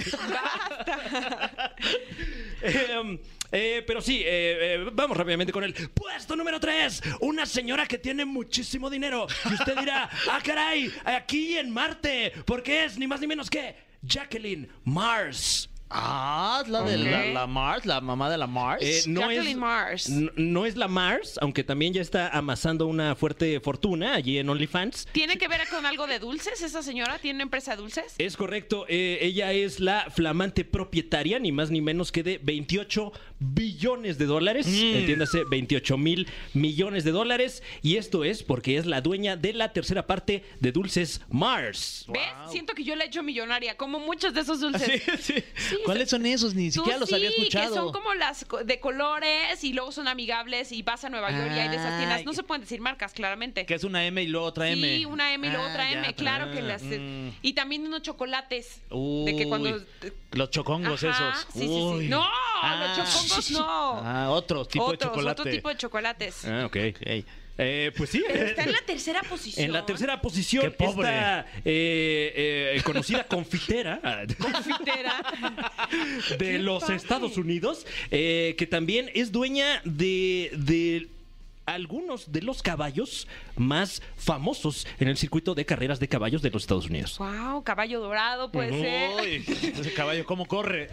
Speaker 2: Basta.
Speaker 4: Eh, eh, pero sí, eh, eh, vamos rápidamente con el puesto número tres. Una señora que tiene muchísimo dinero. Y usted dirá, ah, caray, aquí en Marte, porque es ni más ni menos que Jacqueline Mars.
Speaker 3: Ah, la de
Speaker 2: Ok.
Speaker 3: la, la Mars, la mamá de la Mars.
Speaker 4: Eh, no
Speaker 2: Jacqueline
Speaker 4: es,
Speaker 2: Mars.
Speaker 4: n- No es la Mars, aunque también ya está amasando una fuerte fortuna allí en OnlyFans.
Speaker 2: ¿Tiene que ver con algo de dulces esa señora? ¿Tiene una empresa de dulces?
Speaker 4: Es correcto, eh, ella es la flamante propietaria, ni más ni menos que de veintiocho billones de dólares, entiéndase, veintiocho mil millones de dólares, y esto es porque es la dueña de la tercera parte de Dulces Mars.
Speaker 2: ¿Ves? Siento que yo la he hecho millonaria, como muchos de esos dulces.
Speaker 3: Sí, sí.
Speaker 2: Sí,
Speaker 3: ¿Cuáles son esos? Ni
Speaker 2: Tú
Speaker 3: siquiera los había
Speaker 2: sí,
Speaker 3: escuchado.
Speaker 2: que son como las co- de colores y luego son amigables y vas a Nueva York y hay de esas tiendas. No
Speaker 3: Ay.
Speaker 2: se pueden decir marcas, claramente.
Speaker 3: Que es una M y luego otra M.
Speaker 2: Sí, una M y luego
Speaker 3: Ah,
Speaker 2: otra
Speaker 3: ya,
Speaker 2: M, claro que
Speaker 3: ah,
Speaker 2: las...
Speaker 3: mm.
Speaker 2: Y también unos chocolates. De que
Speaker 3: Uy,
Speaker 2: cuando...
Speaker 3: los chocongos
Speaker 2: Ajá,
Speaker 3: esos.
Speaker 2: Sí, sí,
Speaker 3: Uy.
Speaker 2: sí. No,
Speaker 3: Ah.
Speaker 2: los chocongos no.
Speaker 3: Ah, otro tipo
Speaker 2: Otros,
Speaker 3: de chocolate.
Speaker 2: otro tipo de chocolates.
Speaker 4: Ah, ok.
Speaker 3: Ok.
Speaker 4: Eh, pues sí.
Speaker 2: Pero está en la tercera posición.
Speaker 4: En la tercera posición
Speaker 3: Qué pobre.
Speaker 4: está eh, eh, conocida confitera
Speaker 2: Confitera.
Speaker 4: de
Speaker 2: Qué
Speaker 4: los
Speaker 2: padre.
Speaker 4: Estados Unidos, eh, que también es dueña de, de algunos de los caballos más famosos en el circuito de carreras de caballos de los Estados Unidos.
Speaker 2: Wow, caballo dorado puede ser.
Speaker 3: Uy, ese caballo, ¿cómo corre?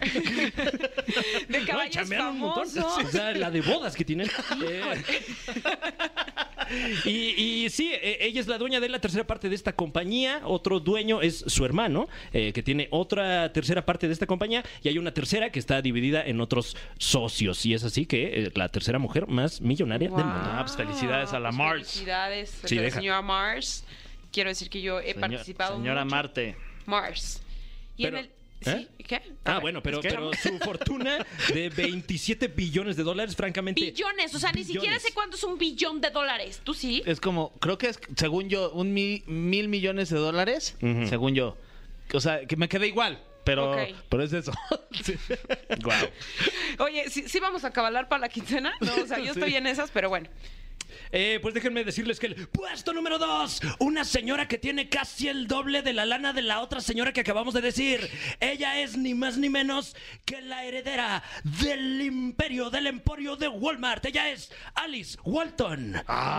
Speaker 2: De
Speaker 4: No,
Speaker 2: caballos
Speaker 4: chambearon un montón.
Speaker 2: famosos.
Speaker 4: O sea, la de bodas que tienen. Eh, y, y sí, eh, ella es la dueña de la tercera parte de esta compañía. Otro dueño es su hermano, eh, que tiene otra tercera parte de esta compañía. Y hay una tercera que está dividida en otros socios. Y es así que eh, la tercera mujer más millonaria del mundo.
Speaker 3: Ah, pues felicidades a la
Speaker 2: Pues
Speaker 3: Mars.
Speaker 2: Felicidades
Speaker 4: Sí,
Speaker 2: a la
Speaker 4: deja.
Speaker 2: señora Mars. Quiero decir que yo he
Speaker 3: Señor-
Speaker 2: participado
Speaker 3: Señora
Speaker 2: mucho.
Speaker 3: Marte.
Speaker 2: Mars. Y
Speaker 4: Pero-
Speaker 2: en el...
Speaker 4: ¿Eh?
Speaker 2: ¿Sí? ¿Qué?
Speaker 4: Ah, bueno, pero,
Speaker 3: ¿Es que?
Speaker 4: pero su fortuna de veintisiete billones de dólares, francamente.
Speaker 2: Billones, o sea, ni siquiera
Speaker 4: billones.
Speaker 2: sé cuánto es un billón de dólares. ¿Tú sí?
Speaker 3: Es como, creo que es, según yo, un mil, mil millones de dólares,
Speaker 4: Ujú.
Speaker 3: según yo. O sea, que me quedé igual. pero,
Speaker 2: Ok.
Speaker 3: pero es eso. Sí.
Speaker 5: Guau.
Speaker 2: Oye, ¿sí, sí vamos a cabalar para la quincena? No, o sea, yo
Speaker 3: Sí.
Speaker 2: estoy en esas, pero bueno.
Speaker 4: Eh, pues déjenme decirles que el puesto número dos, una señora que tiene casi el doble de la lana de la otra señora que acabamos de decir. Ella es ni más ni menos que la heredera del imperio, del emporio de Walmart. Ella es Alice Walton.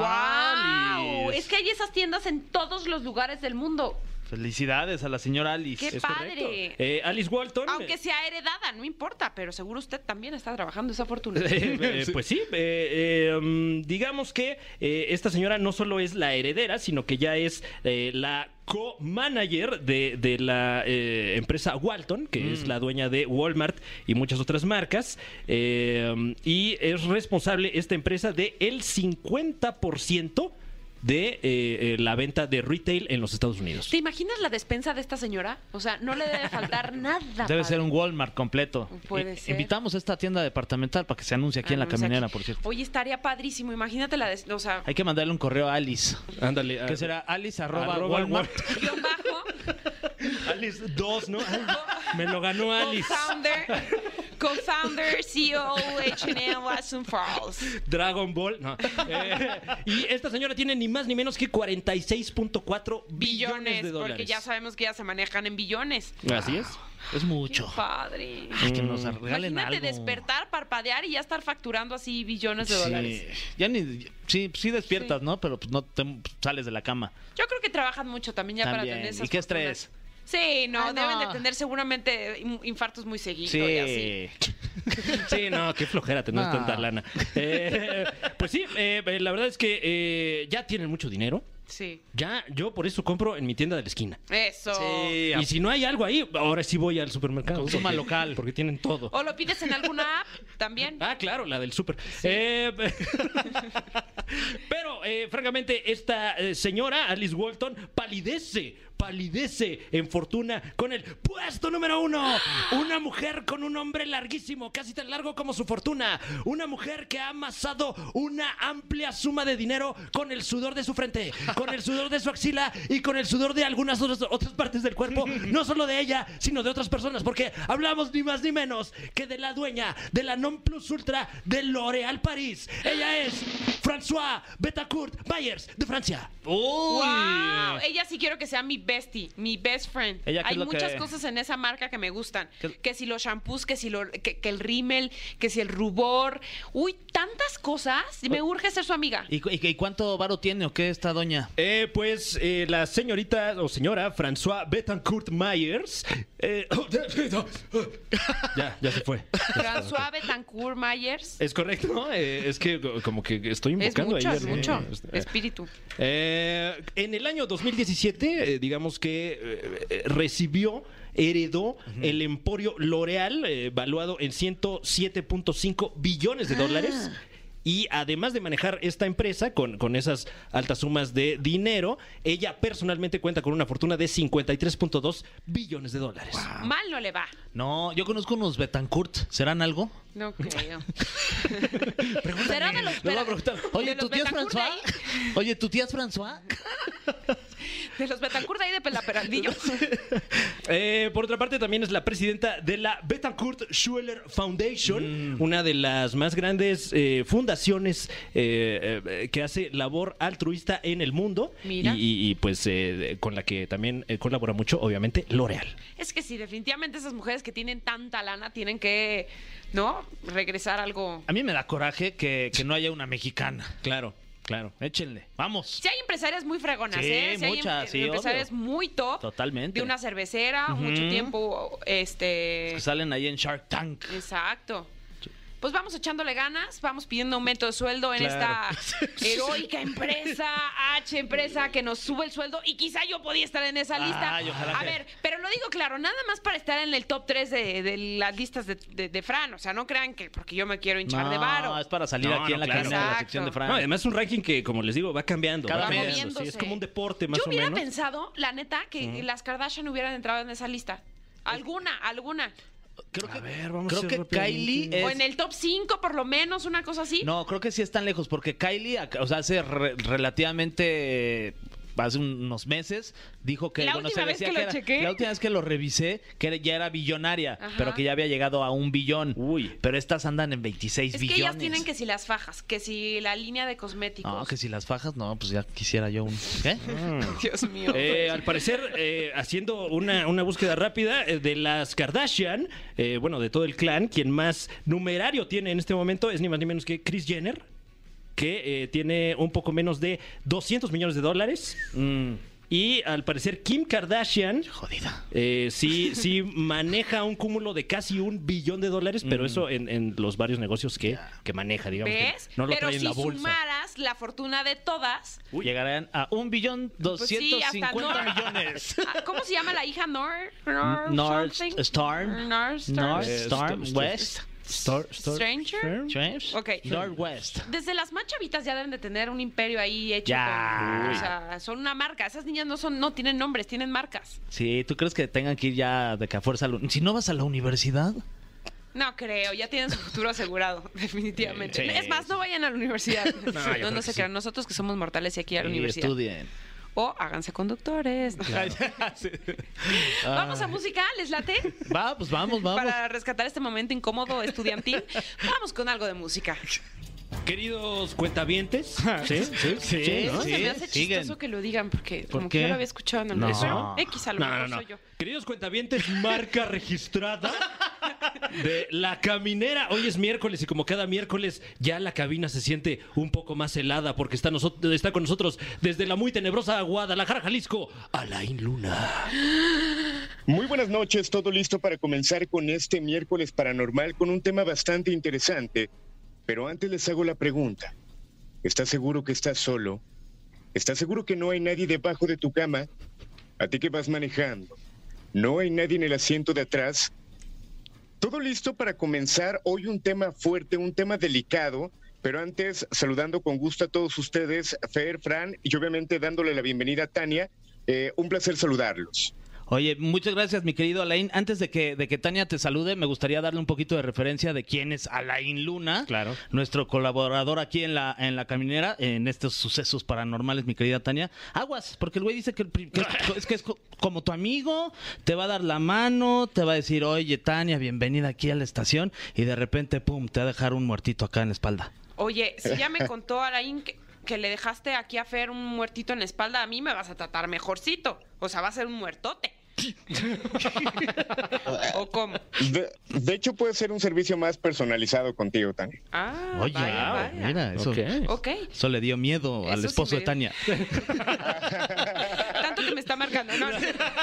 Speaker 3: Ah,
Speaker 2: ¡Wow!
Speaker 3: Alice.
Speaker 2: Es que hay esas tiendas en todos los lugares del mundo.
Speaker 3: Felicidades a la señora Alice.
Speaker 2: ¡Qué
Speaker 4: Es
Speaker 2: padre!
Speaker 4: correcto. Eh, Alice Walton.
Speaker 2: Aunque sea heredada, no importa, pero seguro usted también está trabajando esa fortuna.
Speaker 4: Eh, eh, pues sí, eh, eh, um, digamos que eh, esta señora no solo es la heredera, sino que ya es eh, la co-manager de, de la eh, empresa Walton, que
Speaker 3: Mm.
Speaker 4: es la dueña de Walmart y muchas otras marcas, eh, um, y es responsable esta empresa de el cincuenta por ciento de eh, eh, la venta de retail en los Estados Unidos.
Speaker 2: ¿Te imaginas la despensa de esta señora? O sea, no le debe faltar nada.
Speaker 3: Debe
Speaker 2: padre.
Speaker 3: ser un Walmart completo.
Speaker 2: Puede
Speaker 3: I-
Speaker 2: ser.
Speaker 3: Invitamos a esta tienda departamental para que se anuncie aquí en la
Speaker 2: Anuncia
Speaker 3: caminera,
Speaker 2: aquí.
Speaker 3: por cierto.
Speaker 2: Oye, estaría padrísimo. Imagínate la des- o sea,
Speaker 3: Hay que mandarle un correo a Alice.
Speaker 4: Ándale.
Speaker 3: Que será alice arroba
Speaker 4: Arroba
Speaker 3: walmart.
Speaker 2: guión bajo,
Speaker 4: Alice dos, ¿no? Ay, me lo ganó Alice.
Speaker 2: co-founder, co-founder, C E O, H and M, Watson Falls.
Speaker 4: Dragon Ball. No. Eh, y esta señora tiene ni más ni menos que cuarenta y seis punto cuatro billones
Speaker 2: Billones,
Speaker 4: de dólares.
Speaker 2: porque ya sabemos que ya se manejan en billones.
Speaker 4: Así es.
Speaker 3: Es mucho.
Speaker 2: Qué padre.
Speaker 3: Ay, que nos regalen
Speaker 2: Imagínate
Speaker 3: algo.
Speaker 2: despertar, parpadear y ya estar facturando así billones de
Speaker 3: Sí.
Speaker 2: dólares.
Speaker 3: Ya ni. Sí, sí despiertas,
Speaker 2: Sí.
Speaker 3: ¿no? Pero pues no te sales de la cama.
Speaker 2: Yo creo que trabajan mucho también ya para
Speaker 3: También.
Speaker 2: tener esas
Speaker 3: ¿Y qué
Speaker 2: fortunas.
Speaker 3: estrés?
Speaker 2: Sí, no,
Speaker 3: Ah, no.
Speaker 2: deben de tener seguramente in- infartos muy seguidos y así.
Speaker 3: Sí.
Speaker 4: Sí, no, qué flojera tener
Speaker 3: No.
Speaker 4: tanta lana. Eh, pues sí, eh, la verdad es que eh, ya tienen mucho dinero.
Speaker 2: Sí.
Speaker 4: Ya, yo por eso compro en mi tienda de la esquina.
Speaker 2: Eso.
Speaker 3: Sí.
Speaker 4: Y si no hay algo ahí, ahora sí voy al supermercado.
Speaker 3: Consuma
Speaker 4: porque-
Speaker 3: local.
Speaker 4: Porque tienen todo.
Speaker 2: O lo pides en alguna app también.
Speaker 4: Ah, claro, la del súper. Eh, pero, eh, francamente, esta eh, señora, Alice Walton, palidece, palidece en fortuna con el puesto número uno. Una mujer con un hombre larguísimo, casi tan largo como su fortuna. Una mujer que ha amasado una amplia suma de dinero con el sudor de su frente, con el sudor de su axila y con el sudor de algunas otras, otras partes del cuerpo. No solo de ella, sino de otras personas, porque hablamos ni más ni menos que de la dueña de la non plus ultra de L'Oréal París. Ella es François Betancourt Myers de Francia.
Speaker 3: Uy.
Speaker 2: ¡Wow! Ella sí quiero que sea mi bestie, mi best friend.
Speaker 3: ¿Ella qué
Speaker 2: Hay
Speaker 3: es lo
Speaker 2: muchas
Speaker 3: que-
Speaker 2: cosas en esa marca que me gustan.
Speaker 3: ¿Qué-
Speaker 2: Que si los shampoos, que si lo, que, que el rímel, que si el rubor. Uy, tantas cosas. Y me urge ser su amiga.
Speaker 3: ¿Y, cu- y- y cuánto varo tiene o qué esta doña?
Speaker 4: Eh, pues eh, la señorita o señora François Betancourt Myers. eh, ya, ya se fue.
Speaker 2: François Betancourt Myers.
Speaker 4: Es correcto, ¿no? Eh, es que como que estoy
Speaker 2: Es
Speaker 4: invocando
Speaker 2: mucho,
Speaker 4: ahí
Speaker 2: es
Speaker 4: al-
Speaker 2: mucho.
Speaker 4: eh,
Speaker 2: Espíritu.
Speaker 4: Eh, en el año dos mil diecisiete, eh, digamos que eh, eh, recibió, heredó el emporio L'Oréal, eh, valuado en ciento siete punto cinco billones de dólares. Y además de manejar esta empresa con, con esas altas sumas de dinero, ella personalmente cuenta con una fortuna de cincuenta y tres punto dos billones de dólares.
Speaker 2: Mal no le va.
Speaker 3: No, yo conozco unos Betancourt. ¿Serán algo?
Speaker 2: No creo. ¿Será de los,
Speaker 3: Le voy a preguntar. Oye,
Speaker 2: de
Speaker 3: ¿tu
Speaker 2: los
Speaker 3: tía es
Speaker 2: Betancourt de
Speaker 3: François?
Speaker 2: ahí?
Speaker 3: Oye, ¿tu tía es François?
Speaker 2: De los Betancourt de ahí de Pelaperaldillo.
Speaker 4: Eh, por otra parte, también es la presidenta de la Betancourt Schuller Foundation, una de las más grandes eh, fundaciones eh, eh, que hace labor altruista en el mundo.
Speaker 2: Mira.
Speaker 4: Y, y- y, pues eh, con la que también eh, colabora mucho, obviamente, L'Oréal.
Speaker 2: Es que sí, definitivamente esas mujeres que tienen tanta lana tienen que, ¿no? Regresar algo.
Speaker 3: A mí me da coraje que, que no haya una mexicana.
Speaker 4: Claro, claro.
Speaker 3: Échenle. Vamos.
Speaker 2: Sí hay empresarias muy fregonas,
Speaker 3: Sí,
Speaker 2: ¿eh? hay
Speaker 3: muchas,
Speaker 2: em-
Speaker 3: sí,
Speaker 2: empresarias
Speaker 3: obvio.
Speaker 2: muy top.
Speaker 3: Totalmente.
Speaker 2: De una cervecera,
Speaker 3: Ujú.
Speaker 2: mucho tiempo, este...
Speaker 3: Que salen ahí en Shark Tank.
Speaker 2: Exacto. Pues vamos echándole ganas, vamos pidiendo aumento de sueldo en
Speaker 4: Claro.
Speaker 2: esta heroica empresa, H empresa, que nos sube el sueldo y quizá yo podía estar en esa lista.
Speaker 3: Ay, ojalá
Speaker 2: A
Speaker 3: que-
Speaker 2: ver, pero lo digo claro, nada más para estar en el top tres de, de las listas de, de- de Fran. O sea, no crean que porque yo me quiero hinchar de varo.
Speaker 3: No, es para salir
Speaker 4: No,
Speaker 3: aquí
Speaker 4: no,
Speaker 3: en la
Speaker 4: claro.
Speaker 3: cadena de la
Speaker 2: Exacto.
Speaker 3: sección de Fran.
Speaker 4: No, además es un ranking que, como les digo, va cambiando.
Speaker 3: Cada
Speaker 4: va
Speaker 3: mes.
Speaker 4: cambiando, sí,
Speaker 2: Moviéndose.
Speaker 4: es como un deporte más
Speaker 2: Yo
Speaker 4: o
Speaker 2: hubiera
Speaker 4: menos.
Speaker 2: pensado, la neta, que las Kardashian hubieran entrado en esa lista. Alguna, alguna.
Speaker 3: Creo que,
Speaker 4: A ver, vamos a
Speaker 3: creo
Speaker 4: hacer
Speaker 3: que
Speaker 4: rápidamente.
Speaker 3: Kylie es...
Speaker 2: O en el top cinco, por lo menos, una cosa así.
Speaker 3: No, creo que sí están lejos, porque Kylie, ac- o sea, hace re- relativamente hace unos meses, dijo que
Speaker 2: La
Speaker 3: bueno,
Speaker 2: última
Speaker 3: se
Speaker 2: vez
Speaker 3: decía
Speaker 2: que lo
Speaker 3: era-
Speaker 2: chequé.
Speaker 3: la última vez que lo revisé, que era- ya era billonaria,
Speaker 2: Ajá.
Speaker 3: pero que ya había llegado a un billón.
Speaker 5: Uy.
Speaker 3: Pero estas andan en veintiséis
Speaker 2: Es que
Speaker 3: billones.
Speaker 2: ellas tienen que si las fajas, que si la línea de cosméticos.
Speaker 3: No, que si las fajas, no, pues ya quisiera yo un... ¿Qué?
Speaker 2: Dios mío.
Speaker 4: Eh, al parecer, eh, haciendo una, una búsqueda rápida eh, de las Kardashian, eh, bueno, de todo el clan, quien más numerario tiene en este momento es ni más ni menos que Kris Jenner, que eh, tiene un poco menos de doscientos millones de dólares.
Speaker 3: Mm,
Speaker 4: Y al parecer Kim Kardashian
Speaker 3: jodida.
Speaker 4: eh, sí, sí maneja un cúmulo de casi un billón de dólares, pero eso en, en los varios negocios que, que maneja, digamos. que
Speaker 2: ¿Ves?
Speaker 4: no lo
Speaker 2: Pero
Speaker 4: trae en
Speaker 2: si
Speaker 4: la bolsa.
Speaker 2: sumaras la fortuna de todas.
Speaker 3: Llegarán a un billón
Speaker 2: Pues sí,
Speaker 3: doscientos
Speaker 2: hasta
Speaker 3: cincuenta
Speaker 2: Nor-
Speaker 3: millones.
Speaker 2: Ah, ¿Cómo se llama la hija? Nor, Nor,
Speaker 3: North
Speaker 2: something?
Speaker 3: Storm.
Speaker 2: North Storm.
Speaker 3: North
Speaker 4: Eh,
Speaker 3: Storm
Speaker 4: St-
Speaker 3: West.
Speaker 4: Star- Star-
Speaker 2: Stranger?
Speaker 3: James.
Speaker 2: Ok.
Speaker 3: Northwest.
Speaker 2: Desde las más chavitas ya deben de tener un imperio ahí hecho.
Speaker 3: Ya.
Speaker 2: con- o sea, son una marca. Esas niñas no son, no tienen nombres, tienen marcas.
Speaker 3: Sí, ¿tú crees que tengan que ir ya de que a fuerza? a la- Si no vas a la universidad.
Speaker 2: No creo, ya tienen su futuro asegurado, definitivamente.
Speaker 4: Sí,
Speaker 2: Es más, no vayan a la universidad.
Speaker 4: yo
Speaker 2: No,
Speaker 4: creo
Speaker 2: no
Speaker 4: que
Speaker 2: se
Speaker 4: sí.
Speaker 2: crean. Nosotros que somos mortales y aquí a la
Speaker 3: Y
Speaker 2: universidad.
Speaker 3: estudien.
Speaker 2: O háganse conductores. Vamos a música, ¿les late?
Speaker 3: Va, pues vamos, vamos.
Speaker 2: Para rescatar este momento incómodo estudiantil, vamos con algo de música.
Speaker 4: Queridos cuentavientes, ¿sí? Sí,
Speaker 3: Sí,
Speaker 2: No,
Speaker 3: sí,
Speaker 2: se me hace
Speaker 3: siguen.
Speaker 2: chistoso que lo digan porque como
Speaker 3: qué?
Speaker 2: que yo lo había escuchado en el
Speaker 3: No.
Speaker 2: Pero X a lo
Speaker 4: No,
Speaker 2: mejor
Speaker 4: no, no.
Speaker 2: soy yo.
Speaker 4: Queridos cuentavientes, marca registrada de La Caminera. Hoy es miércoles y como cada miércoles ya la cabina se siente un poco más helada porque está, nosot- está con nosotros desde la muy tenebrosa Guadalajara, Jalisco, Alain Luna.
Speaker 6: Muy buenas noches, todo listo para comenzar con este miércoles paranormal con un tema bastante interesante. Pero antes les hago la pregunta. ¿Estás seguro que estás solo? ¿Estás seguro que no hay nadie debajo de tu cama? ¿A ti que vas manejando? ¿No hay nadie en el asiento de atrás? Todo listo para comenzar hoy un tema fuerte, un tema delicado. Pero antes, saludando con gusto a todos ustedes, Fer, Fran, y obviamente dándole la bienvenida a Tania. Eh, un placer saludarlos.
Speaker 3: Oye, muchas gracias, mi querido Alain. Antes de que, de que Tania te salude, me gustaría darle un poquito de referencia de quién es Alain Luna.
Speaker 4: Claro.
Speaker 3: Nuestro colaborador aquí en la, en la caminera, en estos sucesos paranormales, mi querida Tania. Aguas, porque el güey dice que, el pri- que es, es que es co- como tu amigo, te va a dar la mano, te va a decir, oye, Tania, bienvenida aquí a la estación, y de repente, pum, te va a dejar un muertito acá en la espalda.
Speaker 2: Oye, si ya me contó Alain que, que le dejaste aquí a Fer un muertito en la espalda, a mí me vas a tratar mejorcito. O sea, va a ser un muertote. ¿O cómo?
Speaker 6: De, de hecho, puede ser un servicio más personalizado contigo, Tania.
Speaker 2: Ah,
Speaker 3: Oye,
Speaker 2: vaya,
Speaker 3: wow,
Speaker 2: vaya.
Speaker 3: mira, eso,
Speaker 4: Ok.
Speaker 2: Ok.
Speaker 3: eso le dio miedo al
Speaker 2: Eso sí
Speaker 3: esposo
Speaker 2: me
Speaker 3: de
Speaker 2: dio-
Speaker 3: Tania.
Speaker 2: Tanto que me está marcando. No, no. El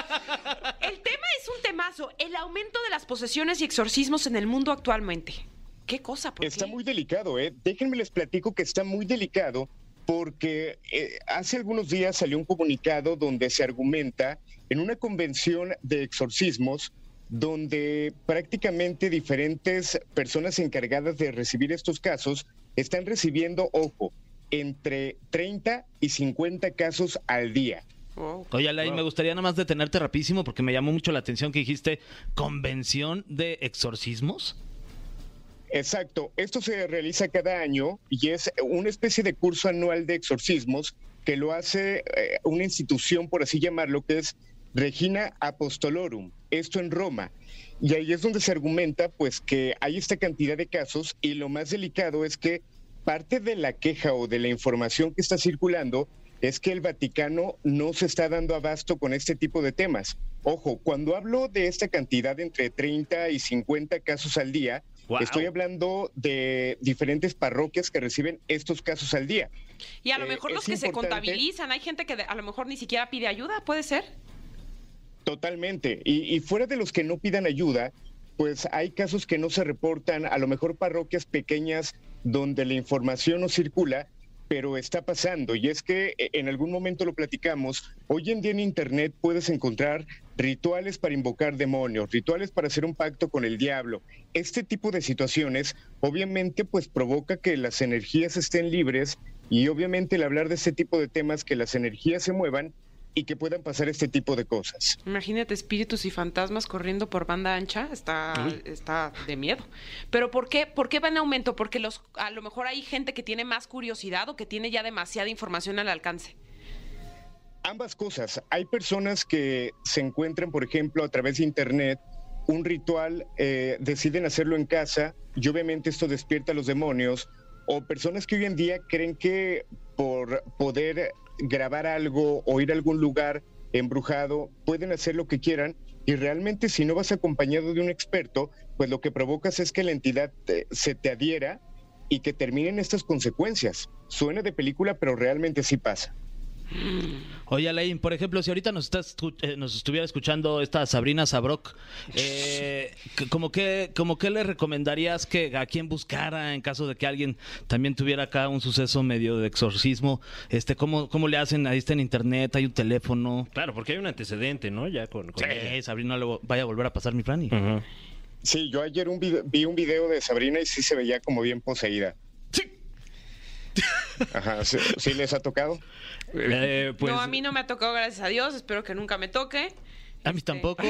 Speaker 2: tema es un temazo. El aumento de las posesiones y exorcismos en el mundo actualmente. ¿Qué cosa? ¿Por
Speaker 6: Está
Speaker 2: qué?
Speaker 6: muy delicado, ¿eh? Déjenme les platico que está muy delicado porque eh, hace algunos días salió un comunicado donde se argumenta en una convención de exorcismos donde prácticamente diferentes personas encargadas de recibir estos casos están recibiendo, ojo, entre treinta y cincuenta casos al día.
Speaker 2: Wow.
Speaker 3: Oye, Alain, me gustaría nada más detenerte rapidísimo porque me llamó mucho la atención que dijiste convención de exorcismos.
Speaker 6: Exacto, esto se realiza cada año y es una especie de curso anual de exorcismos que lo hace eh, una institución, por así llamarlo, que es Regina Apostolorum, esto en Roma. Y ahí es donde se argumenta pues que hay esta cantidad de casos y lo más delicado es que parte de la queja o de la información que está circulando es que el Vaticano no se está dando abasto con este tipo de temas. Ojo, cuando hablo de esta cantidad entre treinta y cincuenta casos al día,
Speaker 4: Wow.
Speaker 6: estoy hablando de diferentes parroquias que reciben estos casos al día.
Speaker 2: Y a lo
Speaker 6: Eh,
Speaker 2: mejor
Speaker 6: es
Speaker 2: los que se
Speaker 6: importante-
Speaker 2: contabilizan, hay gente que de- a lo mejor ni siquiera pide ayuda, ¿puede ser?
Speaker 6: Totalmente. Y, y fuera de los que no pidan ayuda, pues hay casos que no se reportan, a lo mejor parroquias pequeñas donde la información no circula, pero está pasando. Y es que eh, en algún momento lo platicamos, hoy en día en Internet puedes encontrar rituales para invocar demonios, rituales para hacer un pacto con el diablo. Este tipo de situaciones obviamente pues provoca que las energías estén libres y obviamente el hablar de este tipo de temas, que las energías se muevan y que puedan pasar este tipo de cosas.
Speaker 2: Imagínate espíritus y fantasmas corriendo por banda ancha, está, está de miedo. Pero ¿por qué? ¿Por qué va en aumento? Porque los, a lo mejor hay gente que tiene más curiosidad o que tiene ya demasiada información al alcance.
Speaker 6: Ambas cosas. Hay personas que se encuentran, por ejemplo, a través de internet, un ritual, eh, deciden hacerlo en casa y obviamente esto despierta a los demonios, o personas que hoy en día creen que por poder grabar algo o ir a algún lugar embrujado pueden hacer lo que quieran, y realmente si no vas acompañado de un experto, pues lo que provocas es que la entidad te, se te adhiera y que terminen estas consecuencias. Suena de película, pero realmente sí pasa.
Speaker 3: Oye, Alain, por ejemplo, si ahorita nos estás eh, nos estuviera escuchando esta Sabrina Sabrok, eh, ¿como que como qué le recomendarías que a quién buscara en caso de que alguien también tuviera acá un suceso medio de exorcismo? Este, ¿cómo, cómo le hacen? Ahí está en internet, hay un teléfono.
Speaker 7: Claro, porque hay un antecedente, ¿no? Ya con, con
Speaker 3: Sí,
Speaker 7: ella.
Speaker 3: Sabrina, no le vaya a volver a pasar mi Franny.
Speaker 7: Ujú.
Speaker 6: Sí, yo ayer un video, vi un video de Sabrina y sí se veía como bien poseída.
Speaker 3: Sí.
Speaker 6: Ajá, ¿sí, sí les ha tocado?
Speaker 7: Eh, pues,
Speaker 2: No, a mí no me ha tocado, gracias a Dios. Espero que nunca me toque.
Speaker 3: A mí
Speaker 2: Este,
Speaker 3: tampoco.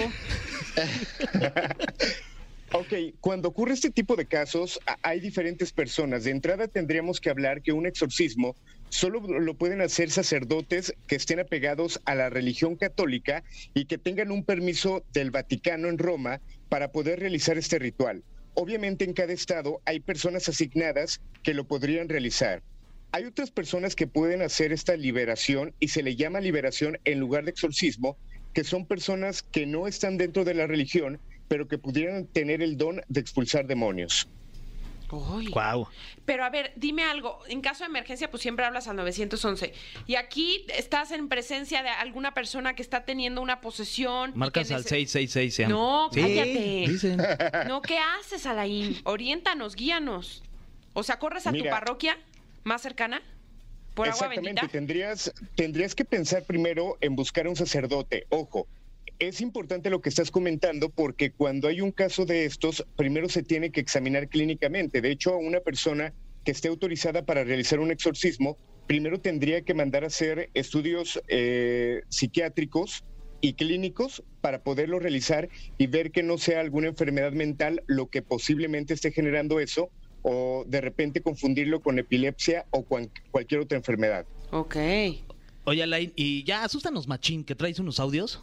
Speaker 6: Ok, cuando ocurre este tipo de casos, a- hay diferentes personas. De entrada tendríamos que hablar que un exorcismo solo lo pueden hacer sacerdotes que estén apegados a la religión católica y que tengan un permiso del Vaticano en Roma para poder realizar este ritual. Obviamente en cada estado hay personas asignadas que lo podrían realizar. Hay otras personas que pueden hacer esta liberación y se le llama liberación en lugar de exorcismo, que son personas que no están dentro de la religión, pero que pudieran tener el don de expulsar demonios.
Speaker 2: Uy.
Speaker 3: Guau.
Speaker 2: Pero a ver, dime algo. En caso de emergencia, pues siempre hablas al nueve once. Y aquí estás en presencia de alguna persona que está teniendo una posesión. y
Speaker 3: Marcas
Speaker 2: que
Speaker 3: al
Speaker 2: nece-
Speaker 3: seis seis seis. se llama.
Speaker 2: No,
Speaker 3: Sí,
Speaker 2: cállate.
Speaker 3: dicen.
Speaker 2: No, ¿qué haces, Alain? Oriéntanos, guíanos. O sea, ¿corres a tu
Speaker 6: Mira.
Speaker 2: parroquia más cercana? ¿Por agua
Speaker 6: Exactamente,
Speaker 2: bendita?
Speaker 6: tendrías, tendrías que pensar primero en buscar a un sacerdote. Ojo, es importante lo que estás comentando porque cuando hay un caso de estos, primero se tiene que examinar clínicamente. De hecho, a una persona que esté autorizada para realizar un exorcismo, primero tendría que mandar a hacer estudios eh, psiquiátricos y clínicos para poderlo realizar y ver que no sea alguna enfermedad mental lo que posiblemente esté generando eso, o de repente confundirlo con epilepsia o cuan- cualquier otra enfermedad.
Speaker 2: Ok.
Speaker 3: Oye, Alain, y ya asústanos, machín, que traes unos audios.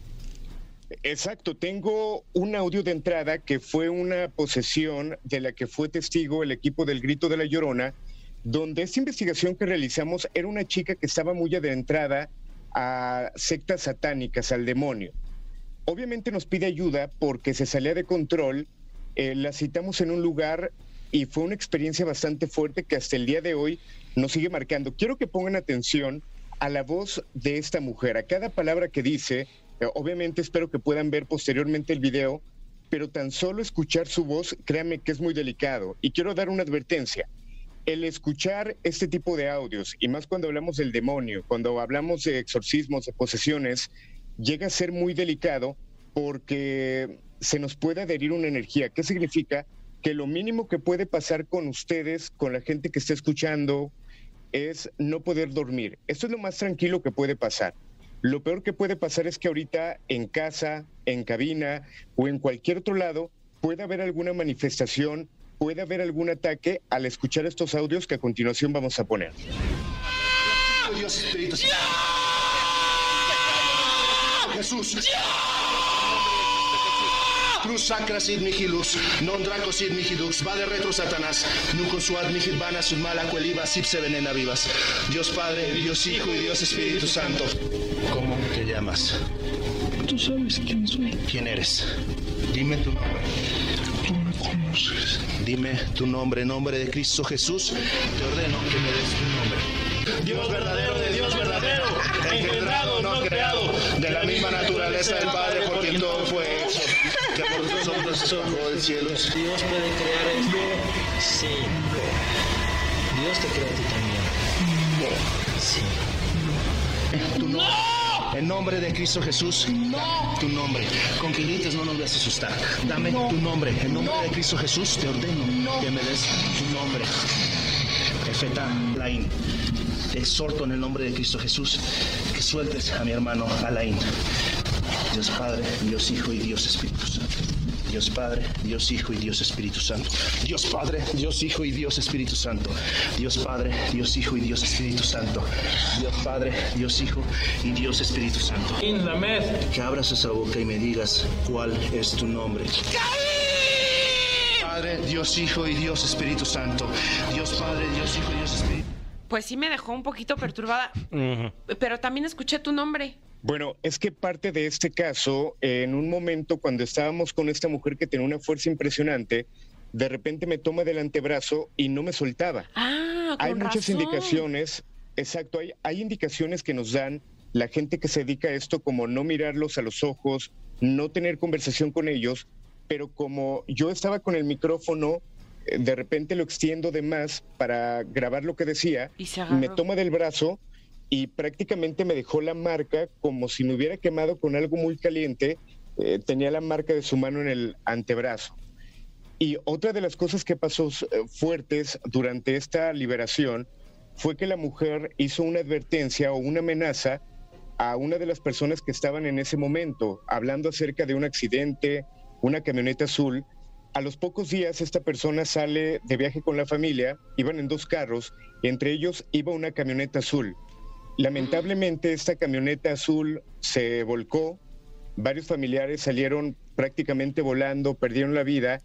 Speaker 6: Exacto, tengo un audio de entrada que fue una posesión de la que fue testigo el equipo del Grito de la Llorona, donde esta investigación que realizamos era una chica que estaba muy adentrada a sectas satánicas, al demonio. Obviamente nos pide ayuda porque se salía de control, eh, la citamos en un lugar y fue una experiencia bastante fuerte que hasta el día de hoy nos sigue marcando. Quiero que pongan atención a la voz de esta mujer, a cada palabra que dice. Eh, Obviamente espero que puedan ver posteriormente el video, pero tan solo escuchar su voz, créanme que es muy delicado. Y quiero dar una advertencia. El escuchar este tipo de audios, y más cuando hablamos del demonio, cuando hablamos de exorcismos, de posesiones, llega a ser muy delicado porque se nos puede adherir una energía. ¿Qué significa? Que lo mínimo que puede pasar con ustedes, con la gente que está escuchando, es no poder dormir. Esto es lo más tranquilo que puede pasar. Lo peor que puede pasar es que ahorita en casa, en cabina o en cualquier otro lado puede haber alguna manifestación, puede haber algún ataque al escuchar estos audios que a continuación vamos a poner.
Speaker 8: Dios Espíritu Santo. Jesús. Cruz sacra sid nihilus, non draco sid nihilux, va de retro Satanás, nuco suad nihil vana sud mala cueliva, sip se venena vivas. Dios Padre, Dios Hijo y Dios Espíritu Santo. ¿Cómo te llamas?
Speaker 9: Tú sabes quién soy.
Speaker 8: ¿Quién eres? Dime tu nombre.
Speaker 9: Tú me conoces.
Speaker 8: Dime tu nombre, en nombre de Cristo Jesús, te ordeno que me des tu nombre. Dios verdadero de Dios verdadero, engendrado, no creado, de la misma naturaleza del Padre por quien todo fue hecho, que por nosotros se bajó del cielo.
Speaker 10: Dios puede crear esto. Sí. Dios te crea a ti también. Sí.
Speaker 8: Tu nombre. En nombre de Cristo Jesús, dame tu nombre. Con que grites no nos vas a asustar. Dame tu nombre. En nombre de Cristo Jesús te ordeno que me des tu nombre. Efeta Laín. Te exhorto en el nombre de Cristo Jesús que sueltes a mi hermano Alain. Dios Padre, Dios Hijo y Dios Espíritu Santo. Dios Padre, Dios Hijo y Dios Espíritu Santo. Dios Padre, Dios Hijo y Dios Espíritu Santo. Dios Padre, Dios Hijo y Dios Espíritu Santo. Dios Padre, Dios Hijo y Dios Espíritu Santo. Que abras esa boca y me digas cuál es tu nombre. Padre, Dios Hijo y Dios Espíritu Santo. Dios Padre, Dios Hijo y Dios Espíritu.
Speaker 2: Pues sí me dejó un poquito perturbada,
Speaker 7: Ujú.
Speaker 2: pero también escuché tu nombre.
Speaker 6: Bueno, es que parte de este caso, en un momento cuando estábamos con esta mujer que tenía una fuerza impresionante, de repente me toma del antebrazo y no me soltaba.
Speaker 2: Ah, con
Speaker 6: Hay muchas
Speaker 2: razón.
Speaker 6: indicaciones, exacto, hay, hay indicaciones que nos dan la gente que se dedica a esto, como no mirarlos a los ojos, no tener conversación con ellos, pero como yo estaba con el micrófono, eh, de repente lo extiendo de más para grabar lo que decía,
Speaker 2: Y se agarró.
Speaker 6: me toma del brazo y prácticamente me dejó la marca como si me hubiera quemado con algo muy caliente. Eh, tenía la marca de su mano en el antebrazo. Y otra de las cosas que pasó eh, fuertes durante esta liberación fue que la mujer hizo una advertencia o una amenaza a una de las personas que estaban en ese momento, hablando acerca de un accidente, una camioneta azul. A los pocos días esta persona sale de viaje con la familia, iban en dos carros, entre ellos iba una camioneta azul. Lamentablemente esta camioneta azul se volcó, varios familiares salieron prácticamente volando, perdieron la vida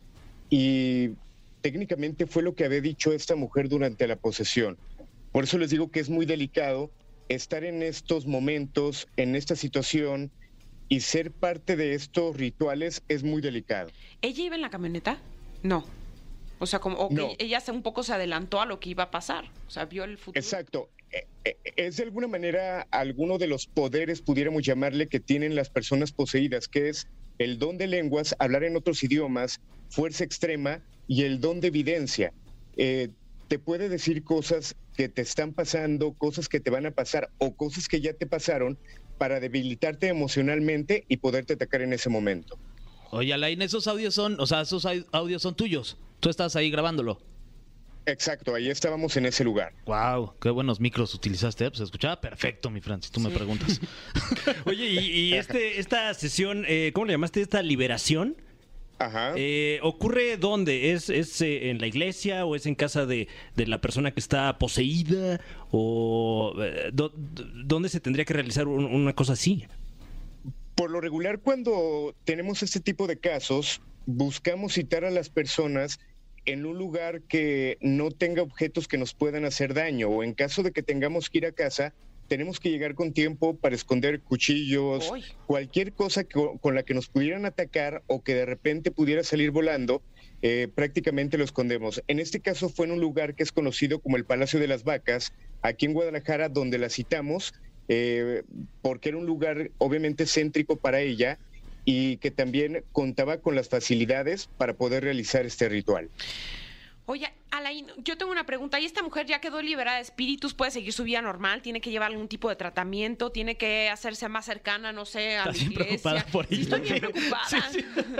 Speaker 6: y técnicamente fue lo que había dicho esta mujer durante la posesión. Por eso les digo que es muy delicado estar en estos momentos, en esta situación, y ser parte de estos rituales es muy delicado.
Speaker 2: ¿Ella iba en la camioneta? No. O sea, como o que
Speaker 6: No.
Speaker 2: ella se un poco se adelantó a lo que iba a pasar. O sea, vio el futuro.
Speaker 6: Exacto. Eh, eh, Es de alguna manera alguno de los poderes, pudiéramos llamarle, que tienen las personas poseídas, que es el don de lenguas, hablar en otros idiomas, fuerza extrema y el don de evidencia. Eh, te puede decir cosas que te están pasando, cosas que te van a pasar o cosas que ya te pasaron para debilitarte emocionalmente y poderte atacar en ese momento.
Speaker 3: Oye, Alain, esos audios son, o sea, esos au- audios son tuyos. Tú estás ahí grabándolo.
Speaker 6: Exacto, ahí estábamos en ese lugar.
Speaker 3: Wow, qué buenos micros utilizaste, ¿eh? Pues se escuchaba perfecto, mi Fran, si tú me preguntas.
Speaker 7: Oye, y, y este, esta sesión, eh, ¿cómo le llamaste? ¿Esta liberación?
Speaker 6: Ajá.
Speaker 7: Eh, ¿Ocurre dónde? ¿Es, es eh, en la iglesia o es en casa de, de la persona que está poseída? ¿O eh, do- do- dónde se tendría que realizar un- una cosa así?
Speaker 6: Por lo regular, cuando tenemos este tipo de casos, buscamos citar a las personas en un lugar que no tenga objetos que nos puedan hacer daño, o en caso de que tengamos que ir a casa, tenemos que llegar con tiempo para esconder cuchillos,
Speaker 2: Uy.
Speaker 6: cualquier cosa que- con la que nos pudieran atacar o que de repente pudiera salir volando, eh, prácticamente lo escondemos. En este caso fue en un lugar que es conocido como el Palacio de las Vacas, aquí en Guadalajara, donde la citamos, eh, porque era un lugar obviamente céntrico para ella y que también contaba con las facilidades para poder realizar este ritual.
Speaker 2: Oye, Alain, yo tengo una pregunta. ¿Y esta mujer ya quedó liberada de espíritus? ¿Puede seguir su vida normal? ¿Tiene que llevar algún tipo de tratamiento? ¿Tiene que hacerse más cercana, no sé, a la
Speaker 3: Estás bien
Speaker 2: iglesia?
Speaker 3: preocupada por
Speaker 2: Sí,
Speaker 3: ella.
Speaker 2: estoy bien preocupada.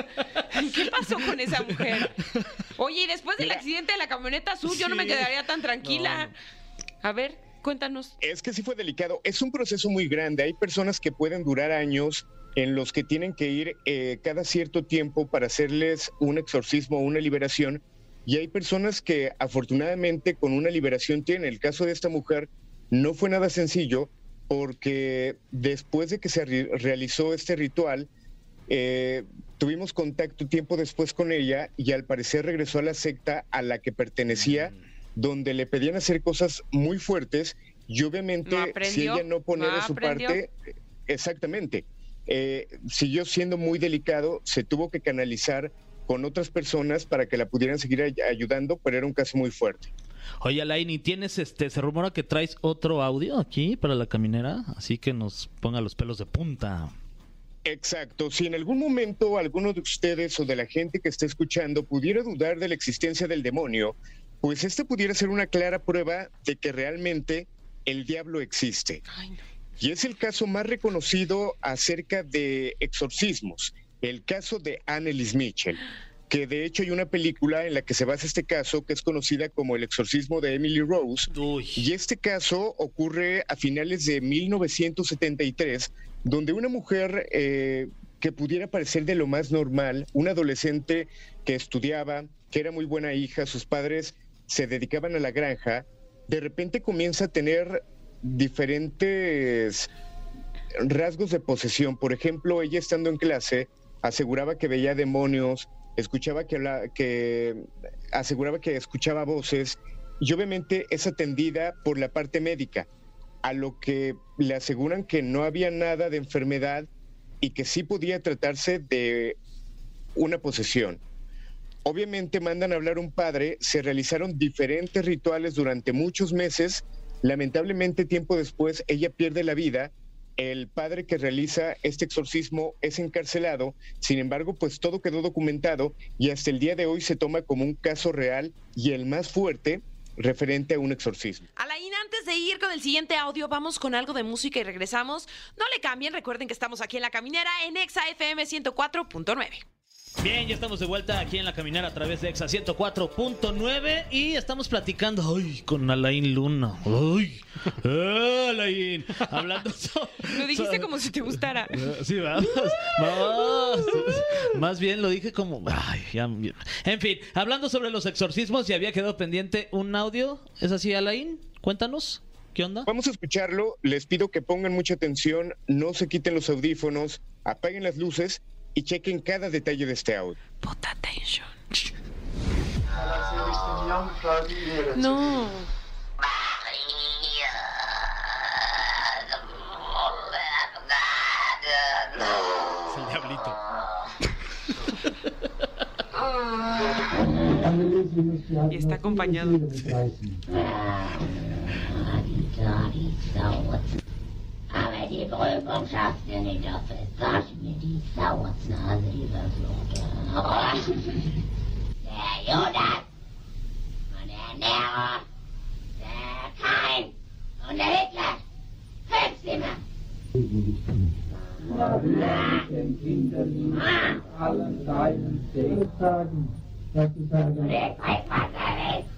Speaker 2: ¿Qué pasó con esa mujer? Oye, y después del accidente de la camioneta azul, yo no me
Speaker 3: Sí.
Speaker 2: quedaría tan tranquila. A ver, cuéntanos.
Speaker 6: Es que sí fue delicado. Es un proceso muy grande. Hay personas que pueden durar años en los que tienen que ir eh, cada cierto tiempo para hacerles un exorcismo o una liberación. Y hay personas que afortunadamente con una liberación tienen. El caso de esta mujer no fue nada sencillo porque después de que se re- realizó este ritual, eh, tuvimos contacto tiempo después con ella y al parecer regresó a la secta a la que pertenecía, donde le pedían hacer cosas muy fuertes y obviamente
Speaker 2: No
Speaker 6: si
Speaker 2: aprendió,
Speaker 6: ella no ponía
Speaker 2: no
Speaker 6: de su
Speaker 2: aprendió.
Speaker 6: parte, exactamente, eh, siguió siendo muy delicado, se tuvo que canalizar con otras personas para que la pudieran seguir ay- ayudando, pero era un caso muy fuerte.
Speaker 3: Oye, Alain, ¿y tienes, este, se rumora que traes otro audio aquí para la caminera? Así que nos ponga los pelos de punta.
Speaker 6: Exacto. Si en algún momento alguno de ustedes o de la gente que está escuchando pudiera dudar de la existencia del demonio, pues esta pudiera ser una clara prueba de que realmente el diablo existe.
Speaker 2: Ay, no.
Speaker 6: Y es el caso más reconocido acerca de exorcismos, el caso de Anneliese Mitchell, que de hecho hay una película en la que se basa este caso que es conocida como El exorcismo de Emily Rose.
Speaker 3: Uy.
Speaker 6: Y este caso ocurre a finales de mil novecientos setenta y tres, donde una mujer eh, que pudiera parecer de lo más normal, una adolescente que estudiaba, que era muy buena hija, sus padres se dedicaban a la granja, de repente comienza a tener diferentes rasgos de posesión. Por ejemplo, ella estando en clase aseguraba que veía demonios, escuchaba que, habla, que aseguraba que escuchaba voces, y obviamente es atendida por la parte médica, a lo que le aseguran que no había nada de enfermedad y que sí podía tratarse de una posesión. Obviamente mandan a hablar a un padre, se realizaron diferentes rituales durante muchos meses, lamentablemente tiempo después ella pierde la vida, el padre que realiza este exorcismo es encarcelado, sin embargo pues todo quedó documentado y hasta el día de hoy se toma como un caso real y el más fuerte referente a un exorcismo.
Speaker 2: Alain, antes de ir con el siguiente audio, vamos con algo de música y regresamos. No le cambien, recuerden que estamos aquí en La Caminera en Exa F M ciento cuatro punto nueve.
Speaker 3: Bien, ya estamos de vuelta aquí en La Caminera a través de Exa ciento cuatro punto nueve y estamos platicando ay, con Alain Luna. Ay, eh, Alain, hablando sobre...
Speaker 2: Lo dijiste so, como si te gustara.
Speaker 3: Sí, vamos, vamos. Más bien lo dije como... Ay, ya, en fin, hablando sobre los exorcismos y había quedado pendiente un audio. ¿Es así, Alain? Cuéntanos. ¿Qué onda?
Speaker 6: Vamos a escucharlo. Les pido que pongan mucha atención, no se quiten los audífonos, apaguen las luces y chequen cada detalle de este audio.
Speaker 2: Put attention. No.
Speaker 3: Es el diablito.
Speaker 2: Y está acompañado.
Speaker 11: Aber die Prüfung schafft ihr nicht auf es. Sag mir die Sauznase, dieser Flotte. Der Judas und der Nero, der Kain und der Hitler. Hübsch immer. Den Kindern allen deinen Segen sagen, dass du sagst, der Kreiswasser ist.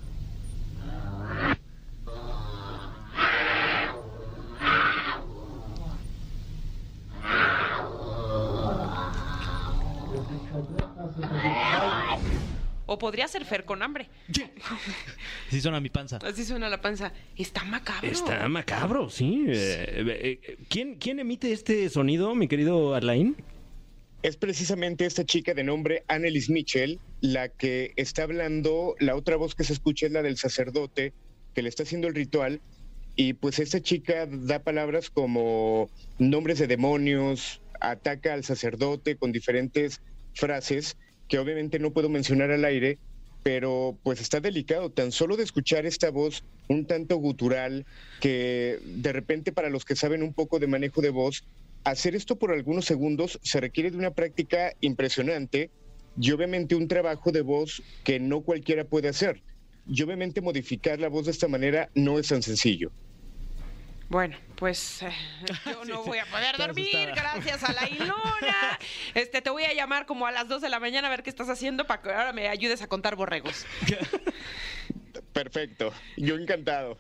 Speaker 2: O podría ser Fer con hambre.
Speaker 3: Así suena mi panza.
Speaker 2: Así suena la panza. Está macabro.
Speaker 7: Está macabro, sí. Eh, eh, ¿quién, ¿Quién emite este sonido, mi querido Alain?
Speaker 6: Es precisamente esta chica de nombre Annelies Mitchell la que está hablando. La otra voz que se escucha es la del sacerdote que le está haciendo el ritual. Y pues esta chica da palabras como nombres de demonios, ataca al sacerdote con diferentes frases que obviamente no puedo mencionar al aire, pero pues está delicado, tan solo de escuchar esta voz un tanto gutural, que de repente para los que saben un poco de manejo de voz, hacer esto por algunos segundos se requiere de una práctica impresionante y obviamente un trabajo de voz que no cualquiera puede hacer. Y obviamente modificar la voz de esta manera no es tan sencillo.
Speaker 2: Bueno, pues eh, yo no sí, voy a poder dormir, gracias a Alain Luna. Este, te voy a llamar como a las dos de la mañana a ver qué estás haciendo para que ahora me ayudes a contar borregos.
Speaker 6: Perfecto, yo encantado.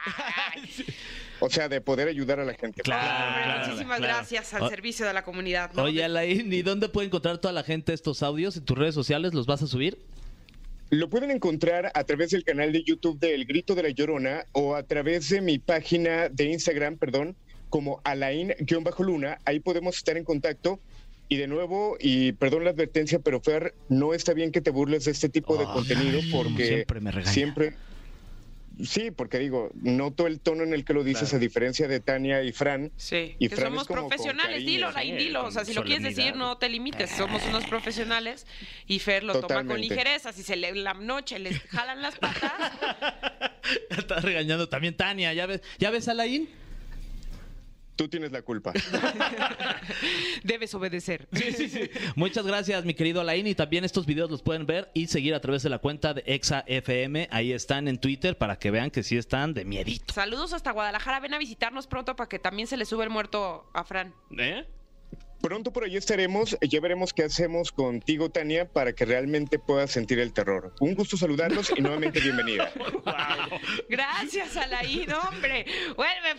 Speaker 6: O sea, de poder ayudar a la gente.
Speaker 2: Claro, claro, claro, muchísimas claro. gracias al o, servicio de la comunidad, ¿no?
Speaker 3: Oye, Alain, ¿y dónde puede encontrar toda la gente estos audios? ¿En tus redes sociales los vas a subir?
Speaker 6: Lo pueden encontrar a través del canal de YouTube de El Grito de la Llorona o a través de mi página de Instagram, perdón, como Alain-Luna. Ahí podemos estar en contacto. Y de nuevo, y perdón la advertencia, pero Fer, no está bien que te burles de este tipo de oh, contenido porque
Speaker 3: siempre me regaña.
Speaker 6: Siempre... Sí, porque digo, noto el tono en el que lo dices, claro. A diferencia de Tania y Fran.
Speaker 2: Sí,
Speaker 6: y
Speaker 2: que
Speaker 6: Fran
Speaker 2: somos profesionales, cariño, dilo, Lain, sí, dilo. O sea, si lo quieres decir, no te limites. Somos unos profesionales y Fer lo Totalmente. toma con ligereza. Si se le la noche les jalan las patas.
Speaker 3: Está regañando también Tania. ¿Ya ves, ¿ya ves a Alain?
Speaker 6: Tú tienes la culpa.
Speaker 2: Debes obedecer.
Speaker 3: Sí, sí, sí. Muchas gracias, mi querido Alain. Y también estos videos los pueden ver y seguir a través de la cuenta de Exa F M. Ahí están en Twitter para que vean que sí están de miedito.
Speaker 2: Saludos hasta Guadalajara. Ven a visitarnos pronto para que también se le sube el muerto a Fran.
Speaker 3: ¿Eh?
Speaker 6: Pronto por ahí estaremos, ya veremos qué hacemos contigo, Tania, para que realmente puedas sentir el terror. Un gusto saludarlos y nuevamente bienvenida.
Speaker 2: Wow. Gracias, Alain, hombre. Vuelve pronto.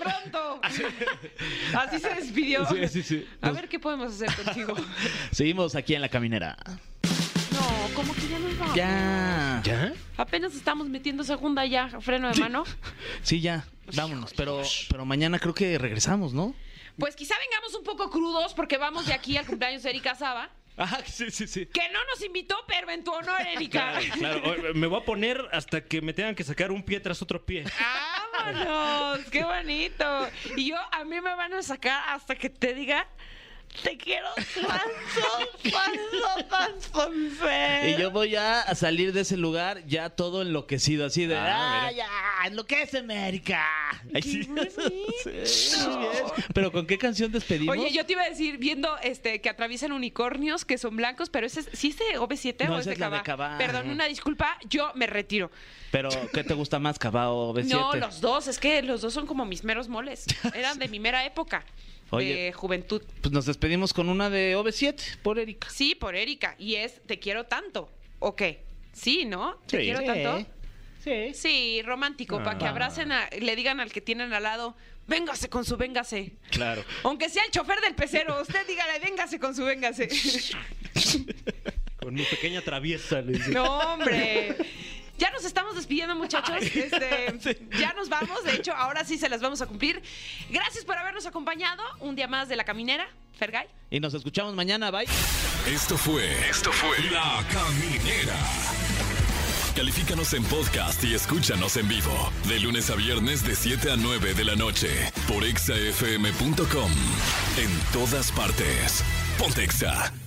Speaker 2: Adiosito. Así se despidió.
Speaker 3: Sí, sí, sí.
Speaker 2: A ver qué podemos hacer contigo.
Speaker 3: Seguimos aquí en La Caminera.
Speaker 2: No, como que ya nos vamos.
Speaker 3: Ya.
Speaker 7: ¿Ya?
Speaker 2: Apenas estamos metiendo segunda ya, freno de mano.
Speaker 3: Sí, ya. Vámonos. Pero, pero mañana creo que regresamos, ¿no?
Speaker 2: Pues quizá vengamos un poco crudos porque vamos de aquí al cumpleaños de Erika Saba.
Speaker 3: Ah, sí, sí, sí.
Speaker 2: Que no nos invitó, pero en tu honor, Erika.
Speaker 7: Claro, claro. Me voy a poner hasta que me tengan que sacar un pie tras otro pie.
Speaker 2: ¡Vámonos! ¡Qué bonito! Y yo, a mí me van a sacar hasta que te diga... Te quiero tanto, tanto, tanto, Fer.
Speaker 3: Y yo voy a salir de ese lugar ya todo enloquecido, así de...
Speaker 7: Ah,
Speaker 3: ¡Ah, ya! ¡Enloquéceme, Erika! Ay, sí. Sí, bien. Pero ¿con qué canción despedimos?
Speaker 2: Oye, yo te iba a decir, viendo este que atraviesan unicornios que son blancos, pero ese ¿sí es de O V siete
Speaker 3: No,
Speaker 2: o es
Speaker 3: esa
Speaker 2: de
Speaker 3: es la de
Speaker 2: Cabá?
Speaker 3: Cabá.
Speaker 2: Perdón, una disculpa, yo me retiro.
Speaker 3: Pero, ¿qué te gusta más, Cabá o B siete?
Speaker 2: No, los dos, es que los dos son como mis meros moles. Eran de mi mera época.
Speaker 3: Oye,
Speaker 2: de juventud.
Speaker 3: Pues nos despedimos con una de O V siete por Erika.
Speaker 2: Sí, por Erika. Y es Te quiero tanto. ¿O qué? Sí, ¿no? ¿Te
Speaker 3: Sí.
Speaker 2: quiero
Speaker 3: Sí.
Speaker 2: tanto?
Speaker 3: Sí.
Speaker 2: Sí, romántico,
Speaker 7: Ah.
Speaker 2: para que abracen, a- le digan al que tienen al lado, véngase con su véngase.
Speaker 7: Claro.
Speaker 2: Aunque sea el chofer del pecero, usted dígale, véngase con su véngase.
Speaker 7: Con mi pequeña traviesa. le dice.
Speaker 2: No, hombre. Ya nos estamos despidiendo, muchachos. Este, ya nos vamos. De hecho, ahora sí se las vamos a cumplir. Gracias por habernos acompañado. Un día más de La Caminera. Fergay.
Speaker 3: Y nos escuchamos mañana. Bye.
Speaker 1: Esto fue, esto fue La Caminera. Califícanos en podcast y escúchanos en vivo de lunes a viernes de siete a nueve de la noche por exa f m punto com. En todas partes. Ponte Exa.